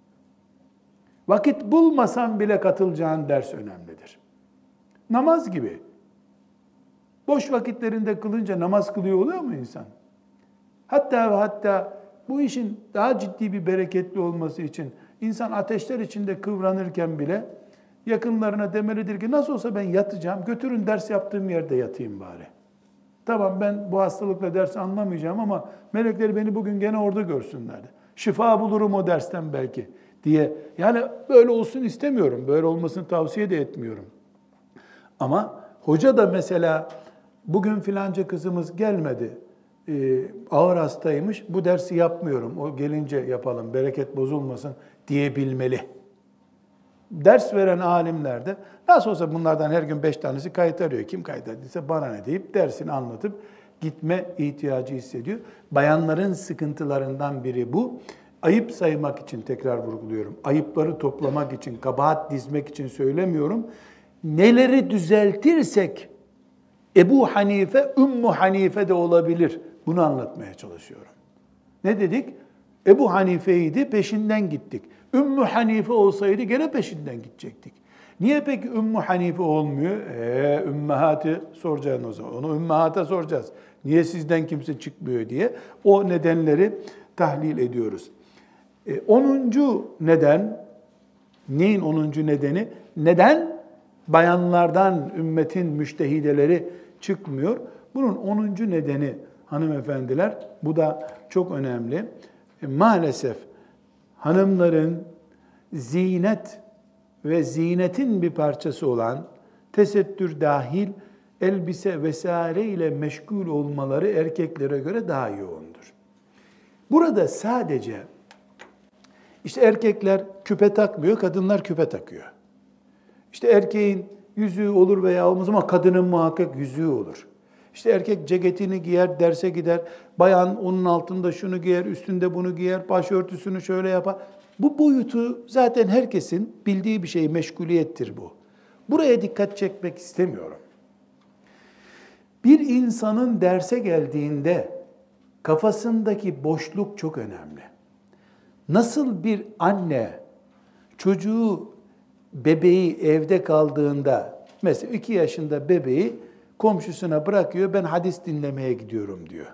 Vakit bulmasan bile katılacağın ders önemlidir. Namaz gibi. Boş vakitlerinde kılınca namaz kılıyor oluyor mu insan? Hatta bu işin daha ciddi bir bereketli olması için insan ateşler içinde kıvranırken bile yakınlarına demelidir ki nasıl olsa ben yatacağım, götürün ders yaptığım yerde yatayım bari. Tamam ben bu hastalıkla ders anlamayacağım ama melekler beni bugün gene orada görsünlerdi. Şifa bulurum o dersten belki diye. Yani böyle olsun istemiyorum. Böyle olmasını tavsiye de etmiyorum. Ama hoca da mesela bugün filanca kızımız gelmedi. Ağır hastaymış. Bu dersi yapmıyorum. O gelince yapalım. Bereket bozulmasın diyebilmeli. Ders veren alimler de nasıl olsa bunlardan her gün 5 tanesi kayıt arıyor. Kim kayıt edilse bana ne deyip dersini anlatıp gitme ihtiyacı hissediyor. Bayanların sıkıntılarından biri bu. Ayıp saymak için tekrar vurguluyorum. Ayıpları toplamak için, kabahat dizmek için söylemiyorum. Neleri düzeltirsek Ebu Hanife, Ümmü Hanife de olabilir. Bunu anlatmaya çalışıyorum. Ne dedik? Ebu Hanife'ydi, peşinden gittik. Ümmü Hanife olsaydı gene peşinden gidecektik. Niye peki Ümmü Hanife olmuyor? Ümmehatı soracağız o zaman. Onu ümmehata soracağız. Niye sizden kimse çıkmıyor diye. O nedenleri tahlil ediyoruz. 10. neden, neyin 10. nedeni? Neden bayanlardan ümmetin müştehideleri çıkmıyor? Bunun 10. nedeni hanımefendiler, bu da çok önemli. Maalesef hanımların zinet ve zinetin bir parçası olan tesettür dahil elbise vesaire ile meşgul olmaları erkeklere göre daha yoğundur. Burada sadece işte erkekler küpe takmıyor, kadınlar küpe takıyor. İşte erkeğin yüzüğü olur veya olmaz ama kadının muhakkak yüzüğü olur. İşte erkek ceketini giyer, derse gider. Bayan onun altında şunu giyer, üstünde bunu giyer, başörtüsünü şöyle yapar. Bu boyutu zaten herkesin bildiği bir şey, meşguliyettir bu. Buraya dikkat çekmek istemiyorum. Bir insanın derse geldiğinde kafasındaki boşluk çok önemli. Nasıl bir anne çocuğu, bebeği evde kaldığında, mesela 2 yaşında bebeği komşusuna bırakıyor, ben hadis dinlemeye gidiyorum diyor.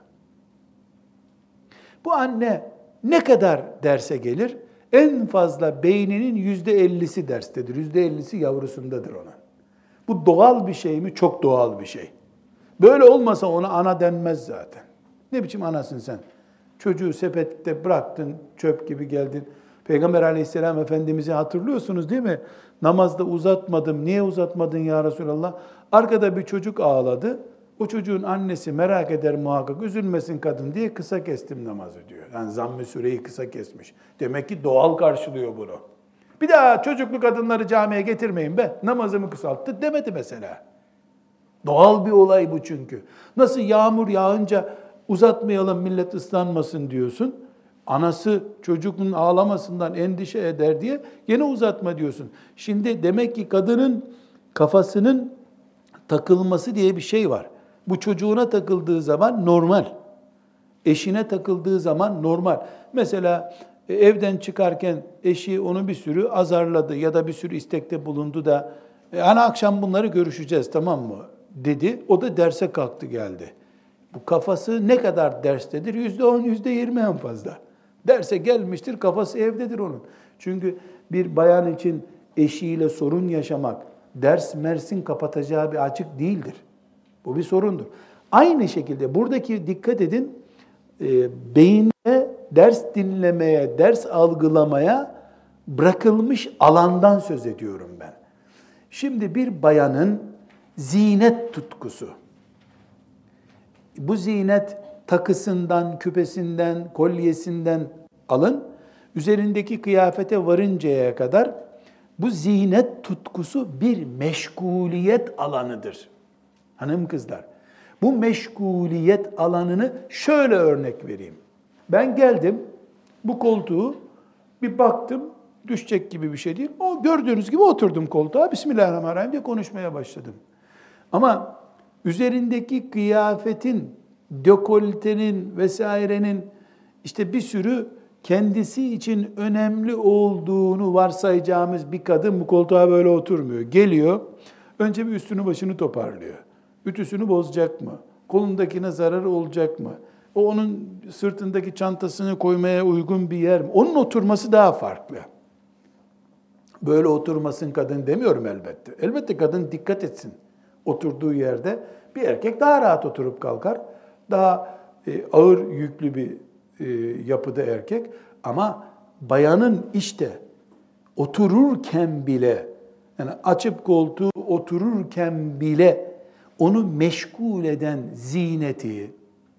Bu anne ne kadar derse gelir? En fazla beyninin %50'si derstedir. %50'si yavrusundadır onun. Bu doğal bir şey mi? Çok doğal bir şey. Böyle olmasa ona ana denmez zaten. Ne biçim anasın sen? Çocuğu sepette bıraktın, çöp gibi geldin. Peygamber Aleyhisselam Efendimiz'i hatırlıyorsunuz değil mi? Namazda uzatmadım. Niye uzatmadın ya Resulallah? Arkada bir çocuk ağladı. O çocuğun annesi merak eder muhakkak, üzülmesin kadın diye kısa kestim namazı diyor. Yani zamm-ı süreyi kısa kesmiş. Demek ki doğal karşılıyor bunu. Bir daha çocuklu kadınları camiye getirmeyin be, namazımı kısalttı demedi mesela. Doğal bir olay bu çünkü. Nasıl yağmur yağınca uzatmayalım millet ıslanmasın diyorsun. Anası çocuğun ağlamasından endişe eder diye gene uzatma diyorsun. Şimdi demek ki kadının kafasının takılması diye bir şey var. Bu çocuğuna takıldığı zaman normal. Eşine takıldığı zaman normal. Mesela evden çıkarken eşi onu bir sürü azarladı ya da bir sürü istekte bulundu da hani akşam bunları görüşeceğiz, tamam mı dedi. O da derse kalktı geldi. Bu kafası ne kadar derstedir? %10, %20 en fazla. Derse gelmiştir, kafası evdedir onun. Çünkü bir bayan için eşiyle sorun yaşamak, ders mersin kapatacağı bir açık değildir. Bu bir sorundur. Aynı şekilde buradaki dikkat edin, beyinde ders dinlemeye, ders algılamaya bırakılmış alandan söz ediyorum ben. Şimdi bir bayanın zinet tutkusu, bu zinet takısından, küpesinden, kolyesinden alın, üzerindeki kıyafete varıncaya kadar bu zinet tutkusu bir meşguliyet alanıdır. Hanım kızlar, bu meşguliyet alanını şöyle örnek vereyim. Ben geldim, bu koltuğu bir baktım, düşecek gibi bir şey değil. O gördüğünüz gibi oturdum koltuğa, Bismillahirrahmanirrahim diye konuşmaya başladım. Ama üzerindeki kıyafetin, dekoltenin vesairenin işte bir sürü kendisi için önemli olduğunu varsayacağımız bir kadın bu koltuğa böyle oturmuyor. Geliyor, önce bir üstünü başını toparlıyor. Ütüsünü bozacak mı? Kolundakine zararı olacak mı? O onun sırtındaki çantasını koymaya uygun bir yer mi? Onun oturması daha farklı. Böyle oturmasın kadın demiyorum elbette. Elbette kadın dikkat etsin. Oturduğu yerde bir erkek daha rahat oturup kalkar. Daha ağır yüklü bir yapıda erkek. Ama bayanın işte otururken bile, yani açıp koltuğu otururken bile onu meşgul eden zineti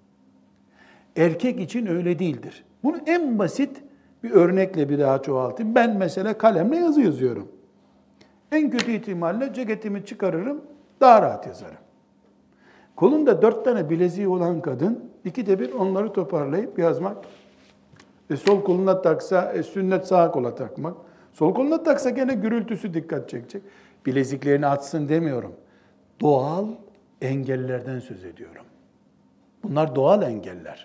erkek için öyle değildir. Bunu en basit bir örnekle bir daha çoğaltayım. Ben mesela kalemle yazı yazıyorum. En kötü ihtimalle ceketimi çıkarırım, daha rahat yazarım. Kolunda 4 tane bileziği olan kadın, 2'de bir onları toparlayıp yazmak. Sol koluna taksa, sünnet sağ kola takmak. Sol koluna taksa gene gürültüsü dikkat çekecek. Bileziklerini atsın demiyorum. Doğal engellerden söz ediyorum. Bunlar doğal engeller.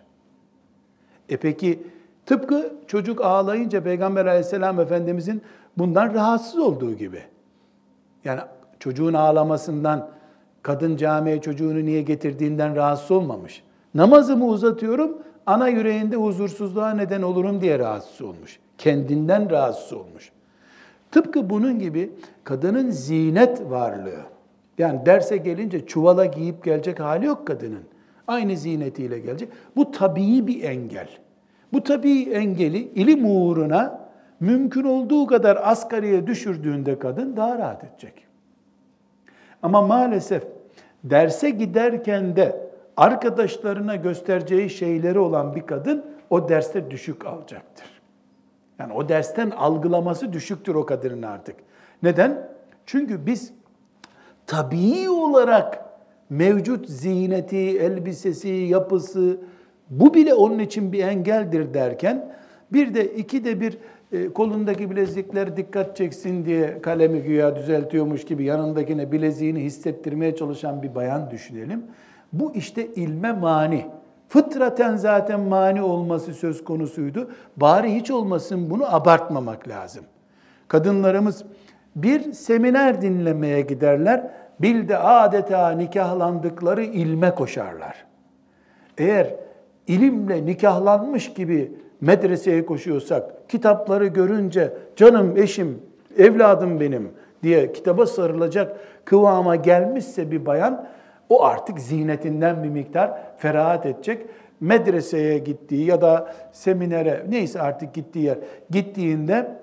Peki tıpkı çocuk ağlayınca Peygamber Aleyhisselam Efendimizin bundan rahatsız olduğu gibi. Yani çocuğun ağlamasından, kadın camiye çocuğunu niye getirdiğinden rahatsız olmamış. Namazımı uzatıyorum, ana yüreğinde huzursuzluğa neden olurum diye rahatsız olmuş. Kendinden rahatsız olmuş. Tıpkı bunun gibi kadının zinet varlığı. Yani derse gelince çuvala giyip gelecek hali yok kadının. Aynı zinetiyle gelecek. Bu tabii bir engel. Bu tabii engeli ilim uğruna mümkün olduğu kadar asgariye düşürdüğünde kadın daha rahat edecek. Ama maalesef derse giderken de arkadaşlarına göstereceği şeyleri olan bir kadın o derste düşük alacaktır. Yani o dersten algılaması düşüktür o kadının artık. Neden? Çünkü biz tabii olarak mevcut ziyneti, elbisesi, yapısı, bu bile onun için bir engeldir derken, bir de 2'de bir kolundaki bilezikler dikkat çeksin diye kalemi güya düzeltiyormuş gibi yanındakine bileziğini hissettirmeye çalışan bir bayan düşünelim. Bu işte ilme mani. Fıtraten zaten mani olması söz konusuydu. Bari hiç olmasın bunu abartmamak lazım. Kadınlarımız bir seminer dinlemeye giderler, bir de adeta nikahlandıkları ilme koşarlar. Eğer ilimle nikahlanmış gibi medreseye koşuyorsak, kitapları görünce canım, eşim, evladım benim diye kitaba sarılacak kıvama gelmişse bir bayan, o artık ziynetinden bir miktar ferahat edecek. Medreseye gittiği ya da seminere, neyse artık gittiği yer, gittiğinde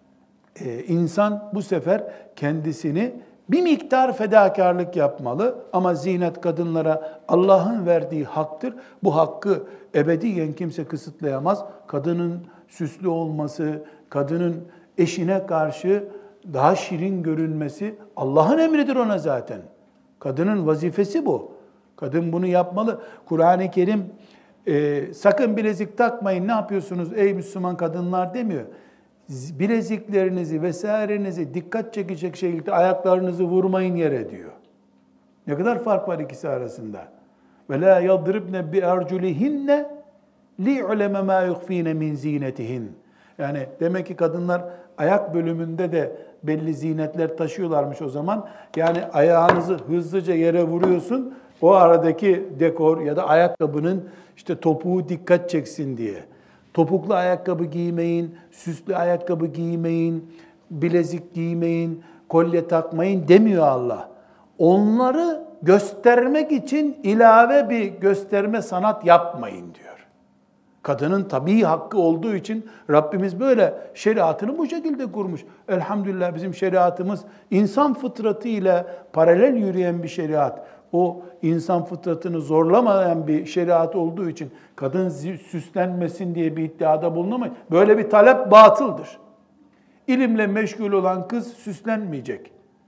insan bu sefer kendisini bir miktar fedakarlık yapmalı. Ama ziynet kadınlara Allah'ın verdiği haktır. Bu hakkı ebediyen kimse kısıtlayamaz. Kadının süslü olması, kadının eşine karşı daha şirin görünmesi Allah'ın emridir ona zaten. Kadının vazifesi bu. Kadın bunu yapmalı. Kur'an-ı Kerim Sakın bilezik takmayın, ne yapıyorsunuz ey Müslüman kadınlar demiyor. Bileziklerinizi vesairenizi dikkat çekecek şekilde ayaklarınızı vurmayın yere diyor. Ne kadar fark var ikisi arasında. Ve la yadribne bi arculihinne li ulema ma yukhfine min zinetihin. Yani demek ki kadınlar ayak bölümünde de belli zinetler taşıyorlarmış o zaman. Yani ayağınızı hızlıca yere vuruyorsun. O aradaki dekor ya da ayakkabının işte topuğu dikkat çeksin diye. Topuklu ayakkabı giymeyin, süslü ayakkabı giymeyin, bilezik giymeyin, kolye takmayın demiyor Allah. Onları göstermek için ilave bir gösterme sanat yapmayın diyor. Kadının tabii hakkı olduğu için Rabbimiz böyle şeriatını bu şekilde kurmuş. Elhamdülillah bizim şeriatımız insan fıtratı ile paralel yürüyen bir şeriat. O insan fıtratını zorlamayan bir şeriat olduğu için kadın süslenmesin diye bir iddiada bulunamayız. Böyle bir talep batıldır. İlimle meşgul olan kız süslenmeyecek.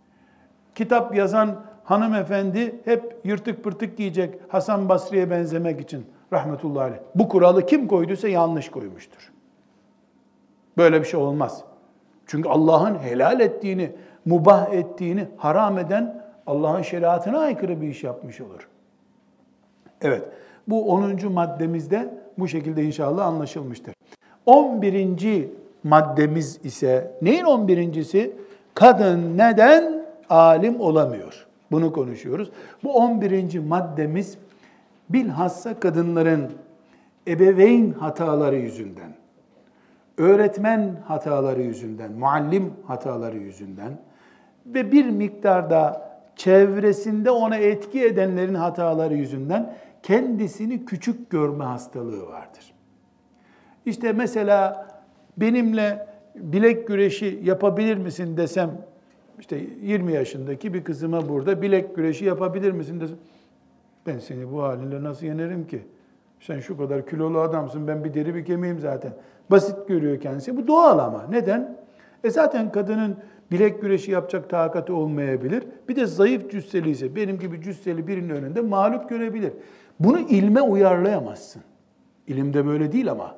Kitap yazan hanımefendi hep yırtık pırtık giyecek Hasan Basri'ye benzemek için rahmetullahi aleyh. Bu kuralı kim koyduysa yanlış koymuştur. Böyle bir şey olmaz. Çünkü Allah'ın helal ettiğini, mubah ettiğini haram eden Allah'ın şeriatına aykırı bir iş yapmış olur. Evet, bu 10. maddemizde bu şekilde inşallah anlaşılmıştır. 11. maddemiz ise, neyin 11.'si? Kadın neden alim olamıyor? Bunu konuşuyoruz. Bu 11. maddemiz bilhassa kadınların ebeveyn hataları yüzünden, öğretmen hataları yüzünden, muallim hataları yüzünden ve bir miktarda çevresinde ona etki edenlerin hataları yüzünden kendisini küçük görme hastalığı vardır. İşte mesela benimle bilek güreşi yapabilir misin desem, işte 20 yaşındaki bir kızıma burada bilek güreşi yapabilir misin desem, ben seni bu halinle nasıl yenerim ki? Sen şu kadar kilolu adamsın, ben bir deri bir kemiğim zaten. Basit görüyor kendisi. Bu doğal ama. Neden? Zaten kadının bilek güreşi yapacak takati olmayabilir. Bir de zayıf cüsseli ise, benim gibi cüsseli birinin önünde mağlup görebilir. Bunu ilme uyarlayamazsın. İlimde böyle değil ama.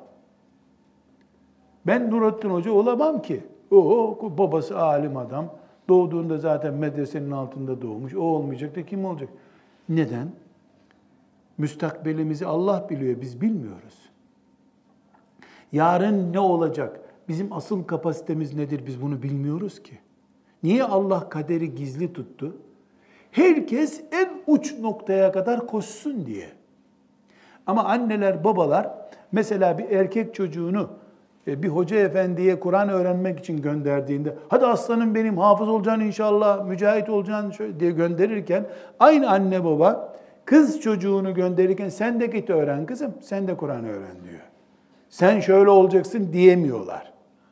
Ben Nurattin Hoca olamam ki. O babası alim adam. Doğduğunda zaten medresenin altında doğmuş. O olmayacak da kim olacak? Neden? Müstakbelimizi Allah biliyor, biz bilmiyoruz. Yarın ne olacak? Bizim asıl kapasitemiz nedir? Biz bunu bilmiyoruz ki. Niye Allah kaderi gizli tuttu? Herkes en uç noktaya kadar koşsun diye. Ama anneler, babalar mesela bir erkek çocuğunu bir hoca efendiye Kur'an öğrenmek için gönderdiğinde, hadi aslanım benim hafız olacaksın inşallah, mücahit olacaksın diye gönderirken, aynı anne baba kız çocuğunu gönderirken sen de git öğren kızım, sen de Kur'an öğren diyor. Sen şöyle olacaksın diyemiyorlar.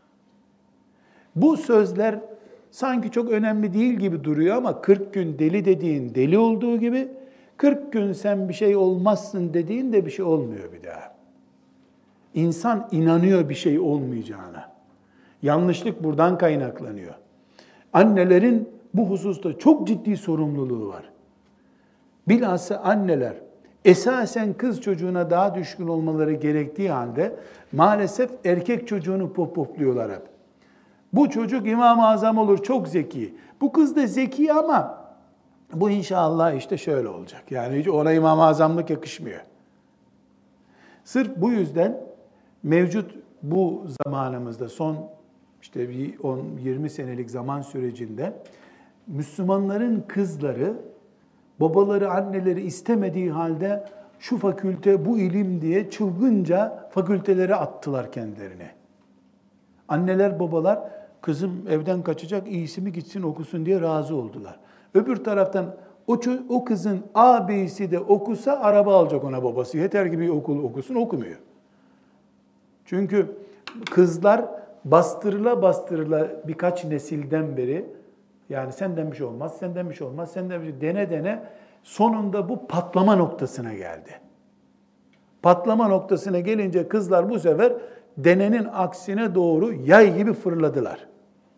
Bu sözler sanki çok önemli değil gibi duruyor ama 40 gün deli dediğin deli olduğu gibi 40 gün sen bir şey olmazsın dediğin de bir şey olmuyor bir daha. İnsan inanıyor bir şey olmayacağına. Yanlışlık buradan kaynaklanıyor. Annelerin bu hususta çok ciddi sorumluluğu var. Bilhassa anneler esasen kız çocuğuna daha düşkün olmaları gerektiği halde maalesef erkek çocuğunu popluyorlar hep. Bu çocuk İmam-ı Azam olur, çok zeki. Bu kız da zeki ama bu inşallah işte şöyle olacak. Yani hiç ona İmam-ı Azamlık yakışmıyor. Sırf bu yüzden mevcut bu zamanımızda son işte bir 10-20 senelik zaman sürecinde Müslümanların kızları babaları, anneleri istemediği halde şu fakülte, bu ilim diye çılgınca fakültelere attılar kendilerini. Anneler, babalar kızım evden kaçacak, iyisi mi gitsin okusun diye razı oldular. Öbür taraftan o kızın abisi de okusa araba alacak ona babası. Yeter ki bir okul okusun, okumuyor. Çünkü kızlar bastırıla birkaç nesilden beri, yani senden bir şey olmaz, senden bir şey olmaz, senden bir şey dene sonunda bu patlama noktasına geldi. Patlama noktasına gelince kızlar bu sefer denenin aksine doğru yay gibi fırladılar.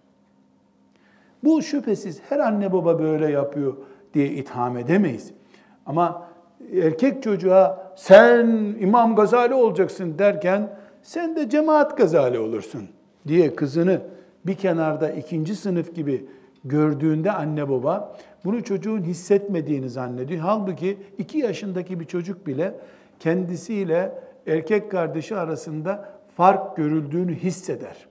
Bu şüphesiz her anne baba böyle yapıyor diye itham edemeyiz. Ama erkek çocuğa sen İmam Gazali olacaksın derken sen de Cemaat Gazali olursun diye kızını bir kenarda ikinci sınıf gibi gördüğünde anne baba bunu çocuğun hissetmediğini zannediyor. Halbuki 2 yaşındaki bir çocuk bile kendisiyle erkek kardeşi arasında fark görüldüğünü hisseder.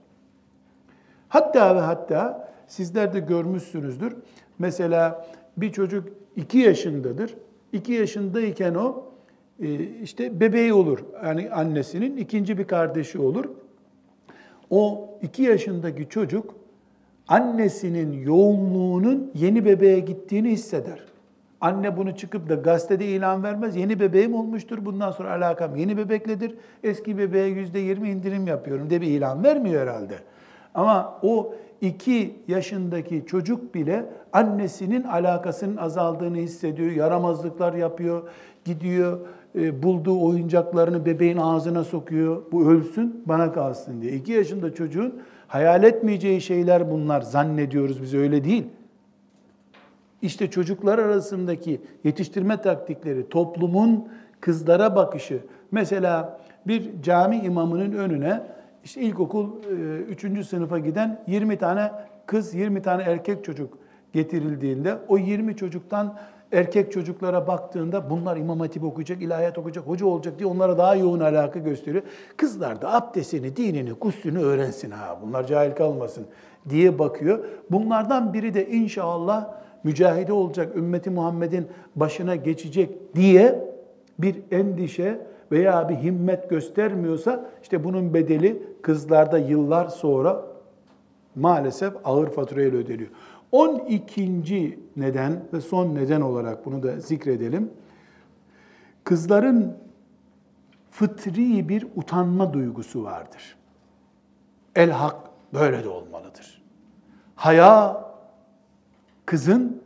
Hatta ve hatta sizler de görmüşsünüzdür. Mesela bir çocuk 2 yaşındadır. 2 yaşındayken o işte bebeği olur. Yani annesinin ikinci bir kardeşi olur. O 2 yaşındaki çocuk annesinin yoğunluğunun yeni bebeğe gittiğini hisseder. Anne bunu çıkıp da gazetede ilan vermez. Yeni bebeğim olmuştur. Bundan sonra alakam yeni bebekledir. Eski bebeğe %20 indirim yapıyorum diye bir ilan vermiyor herhalde. Ama o 2 yaşındaki çocuk bile annesinin alakasının azaldığını hissediyor. Yaramazlıklar yapıyor. Gidiyor bulduğu oyuncaklarını bebeğin ağzına sokuyor. Bu ölsün bana kalsın diye. 2 yaşında çocuğun hayal etmeyeceği şeyler bunlar. Zannediyoruz biz, öyle değil. İşte çocuklar arasındaki yetiştirme taktikleri, toplumun kızlara bakışı. Mesela bir cami imamının önüne işte ilkokul 3. sınıfa giden 20 tane kız, 20 tane erkek çocuk getirildiğinde o 20 çocuktan erkek çocuklara baktığında bunlar İmam Hatip okuyacak, ilahiyat okuyacak, hoca olacak diye onlara daha yoğun alaka gösteriyor. Kızlar da abdestini, dinini, guslünü öğrensin ha, bunlar cahil kalmasın diye bakıyor. Bunlardan biri de inşallah mücahide olacak, ümmeti Muhammed'in başına geçecek diye bir endişe veya bir himmet göstermiyorsa işte bunun bedeli kızlarda yıllar sonra maalesef ağır faturayla ödeniyor. 12. neden ve son neden olarak bunu da zikredelim. Kızların fıtri bir utanma duygusu vardır. El-hak böyle de olmalıdır. Haya kızın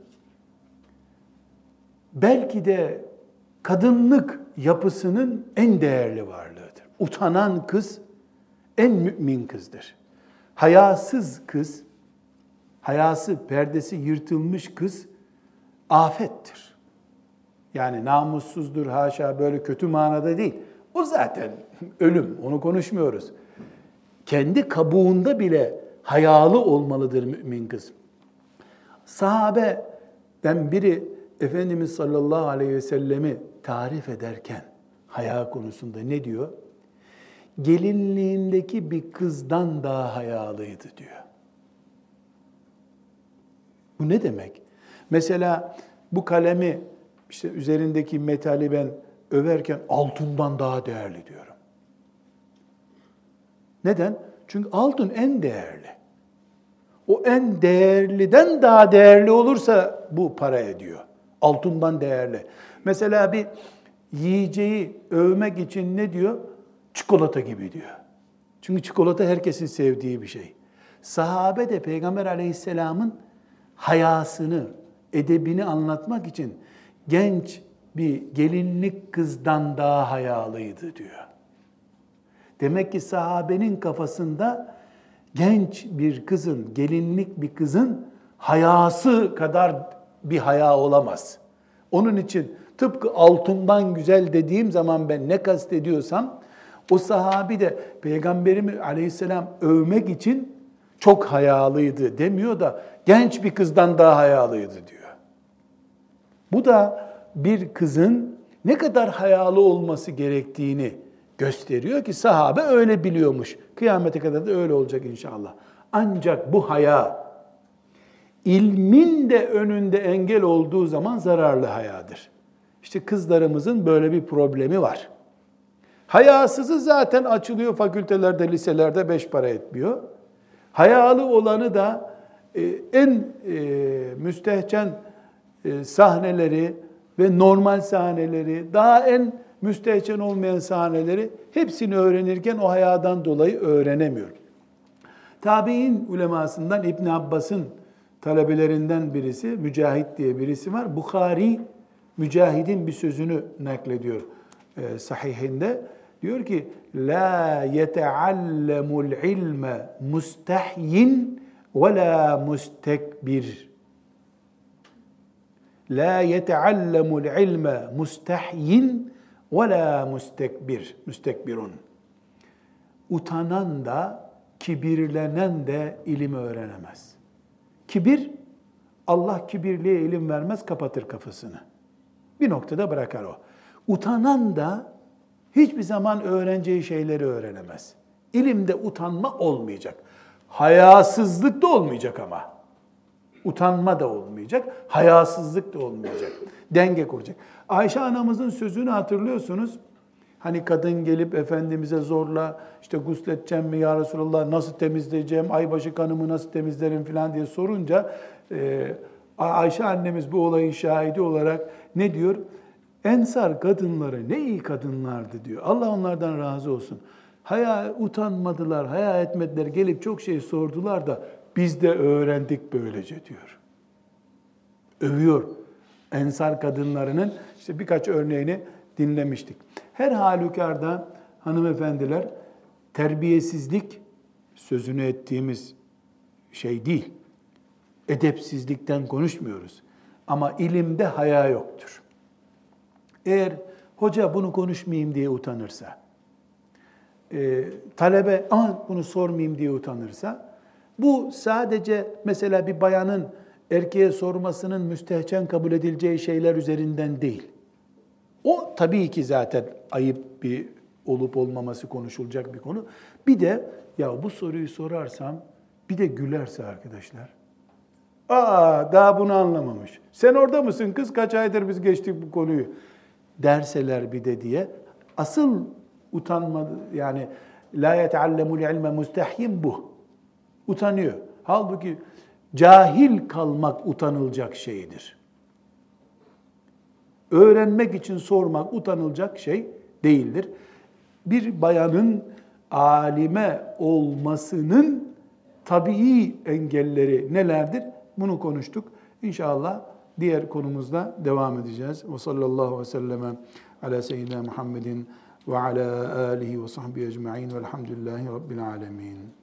belki de kadınlık yapısının en değerli varlığıdır. Utanan kız en mümin kızdır. Hayasız kız, hayası, perdesi yırtılmış kız afettir. Yani namussuzdur, haşa, böyle kötü manada değil. O zaten ölüm, onu konuşmuyoruz. Kendi kabuğunda bile hayalı olmalıdır mümin kız. Sahabeden biri Efendimiz sallallahu aleyhi ve sellemi tarif ederken haya konusunda ne diyor? Gelinliğindeki bir kızdan daha hayalıydı diyor. Bu ne demek? Mesela bu kalemi, işte üzerindeki metali ben överken altından daha değerli diyorum. Neden? Çünkü altın en değerli. O en değerliden daha değerli olursa bu para ediyor. Altından değerli. Mesela bir yiyeceği övmek için ne diyor? Çikolata gibi diyor. Çünkü çikolata herkesin sevdiği bir şey. Sahabe de Peygamber Aleyhisselam'ın hayasını, edebini anlatmak için genç bir gelinlik kızdan daha hayalıydı diyor. Demek ki sahabenin kafasında genç bir kızın, gelinlik bir kızın hayası kadar bir haya olamaz. Onun için tıpkı altından güzel dediğim zaman ben ne kastediyorsam, o sahabi de Peygamberimiz Aleyhisselam övmek için çok hayalıydı demiyor da genç bir kızdan daha hayalıydı diyor. Bu da bir kızın ne kadar hayalı olması gerektiğini gösteriyor ki sahabe öyle biliyormuş. Kıyamete kadar da öyle olacak inşallah. Ancak bu haya ilmin de önünde engel olduğu zaman zararlı hayadır. İşte kızlarımızın böyle bir problemi var. Hayasızı zaten açılıyor fakültelerde, liselerde 5 para etmiyor. Hayalı olanı da en müstehcen sahneleri ve normal sahneleri, daha en müstehcen olmayan sahneleri hepsini öğrenirken o hayadan dolayı öğrenemiyor. Tabi'in ulemasından İbn Abbas'ın talebelerinden birisi, Mücahit diye birisi var. Bukhari, Mücahid'in bir sözünü naklediyor sahihinde. Diyor ki, la yeteallemul ilme mustahyin ve la mustekbir. La yeteallemul ilme mustahyin Ve la müstekbirun. Utanan da, kibirlenen de ilim öğrenemez. Kibir, Allah kibirliye ilim vermez, kapatır kafasını. Bir noktada bırakar o. Utanan da hiçbir zaman öğreneceği şeyleri öğrenemez. İlimde utanma olmayacak. Hayasızlık da olmayacak ama. Utanma da olmayacak, hayasızlık da olmayacak. Denge kuracak. Ayşe anamızın sözünü hatırlıyorsunuz. Hani kadın gelip Efendimiz'e zorla işte gusledeceğim mi ya Resulallah, nasıl temizleyeceğim, aybaşı kanımı nasıl temizlerim falan diye sorunca Ayşe annemiz bu olayın şahidi olarak ne diyor? Ensar kadınları ne iyi kadınlardı diyor. Allah onlardan razı olsun. Utanmadılar, haya etmediler, gelip çok şey sordular da biz de öğrendik böylece diyor. Övüyor. Ensar kadınlarının işte birkaç örneğini dinlemiştik. Her halükarda hanımefendiler, terbiyesizlik sözünü ettiğimiz şey değil. Edepsizlikten konuşmuyoruz. Ama ilimde haya yoktur. Eğer hoca bunu konuşmayayım diye utanırsa, talebe bunu sormayayım diye utanırsa, bu sadece mesela bir bayanın erkeğe sormasının müstehcen kabul edileceği şeyler üzerinden değil. O tabii ki zaten ayıp bir olup olmaması konuşulacak bir konu. Bir de ya bu soruyu sorarsam bir de gülerse arkadaşlar. Daha bunu anlamamış. Sen orada mısın kız? Kaç aydır biz geçtik bu konuyu derseler bir de diye. Asıl utanma yani la yeteallemul ilme müstehyin bu. Utanıyor. Halbuki cahil kalmak utanılacak şeydir. Öğrenmek için sormak utanılacak şey değildir. Bir bayanın alime olmasının tabii engelleri nelerdir? Bunu konuştuk. İnşallah diğer konumuzda devam edeceğiz. Ve sallallahu aleyhi ve selleme ala seyyidina Muhammedin ve ala alihi ve sahbihi ecma'in velhamdülillahi rabbil alemin.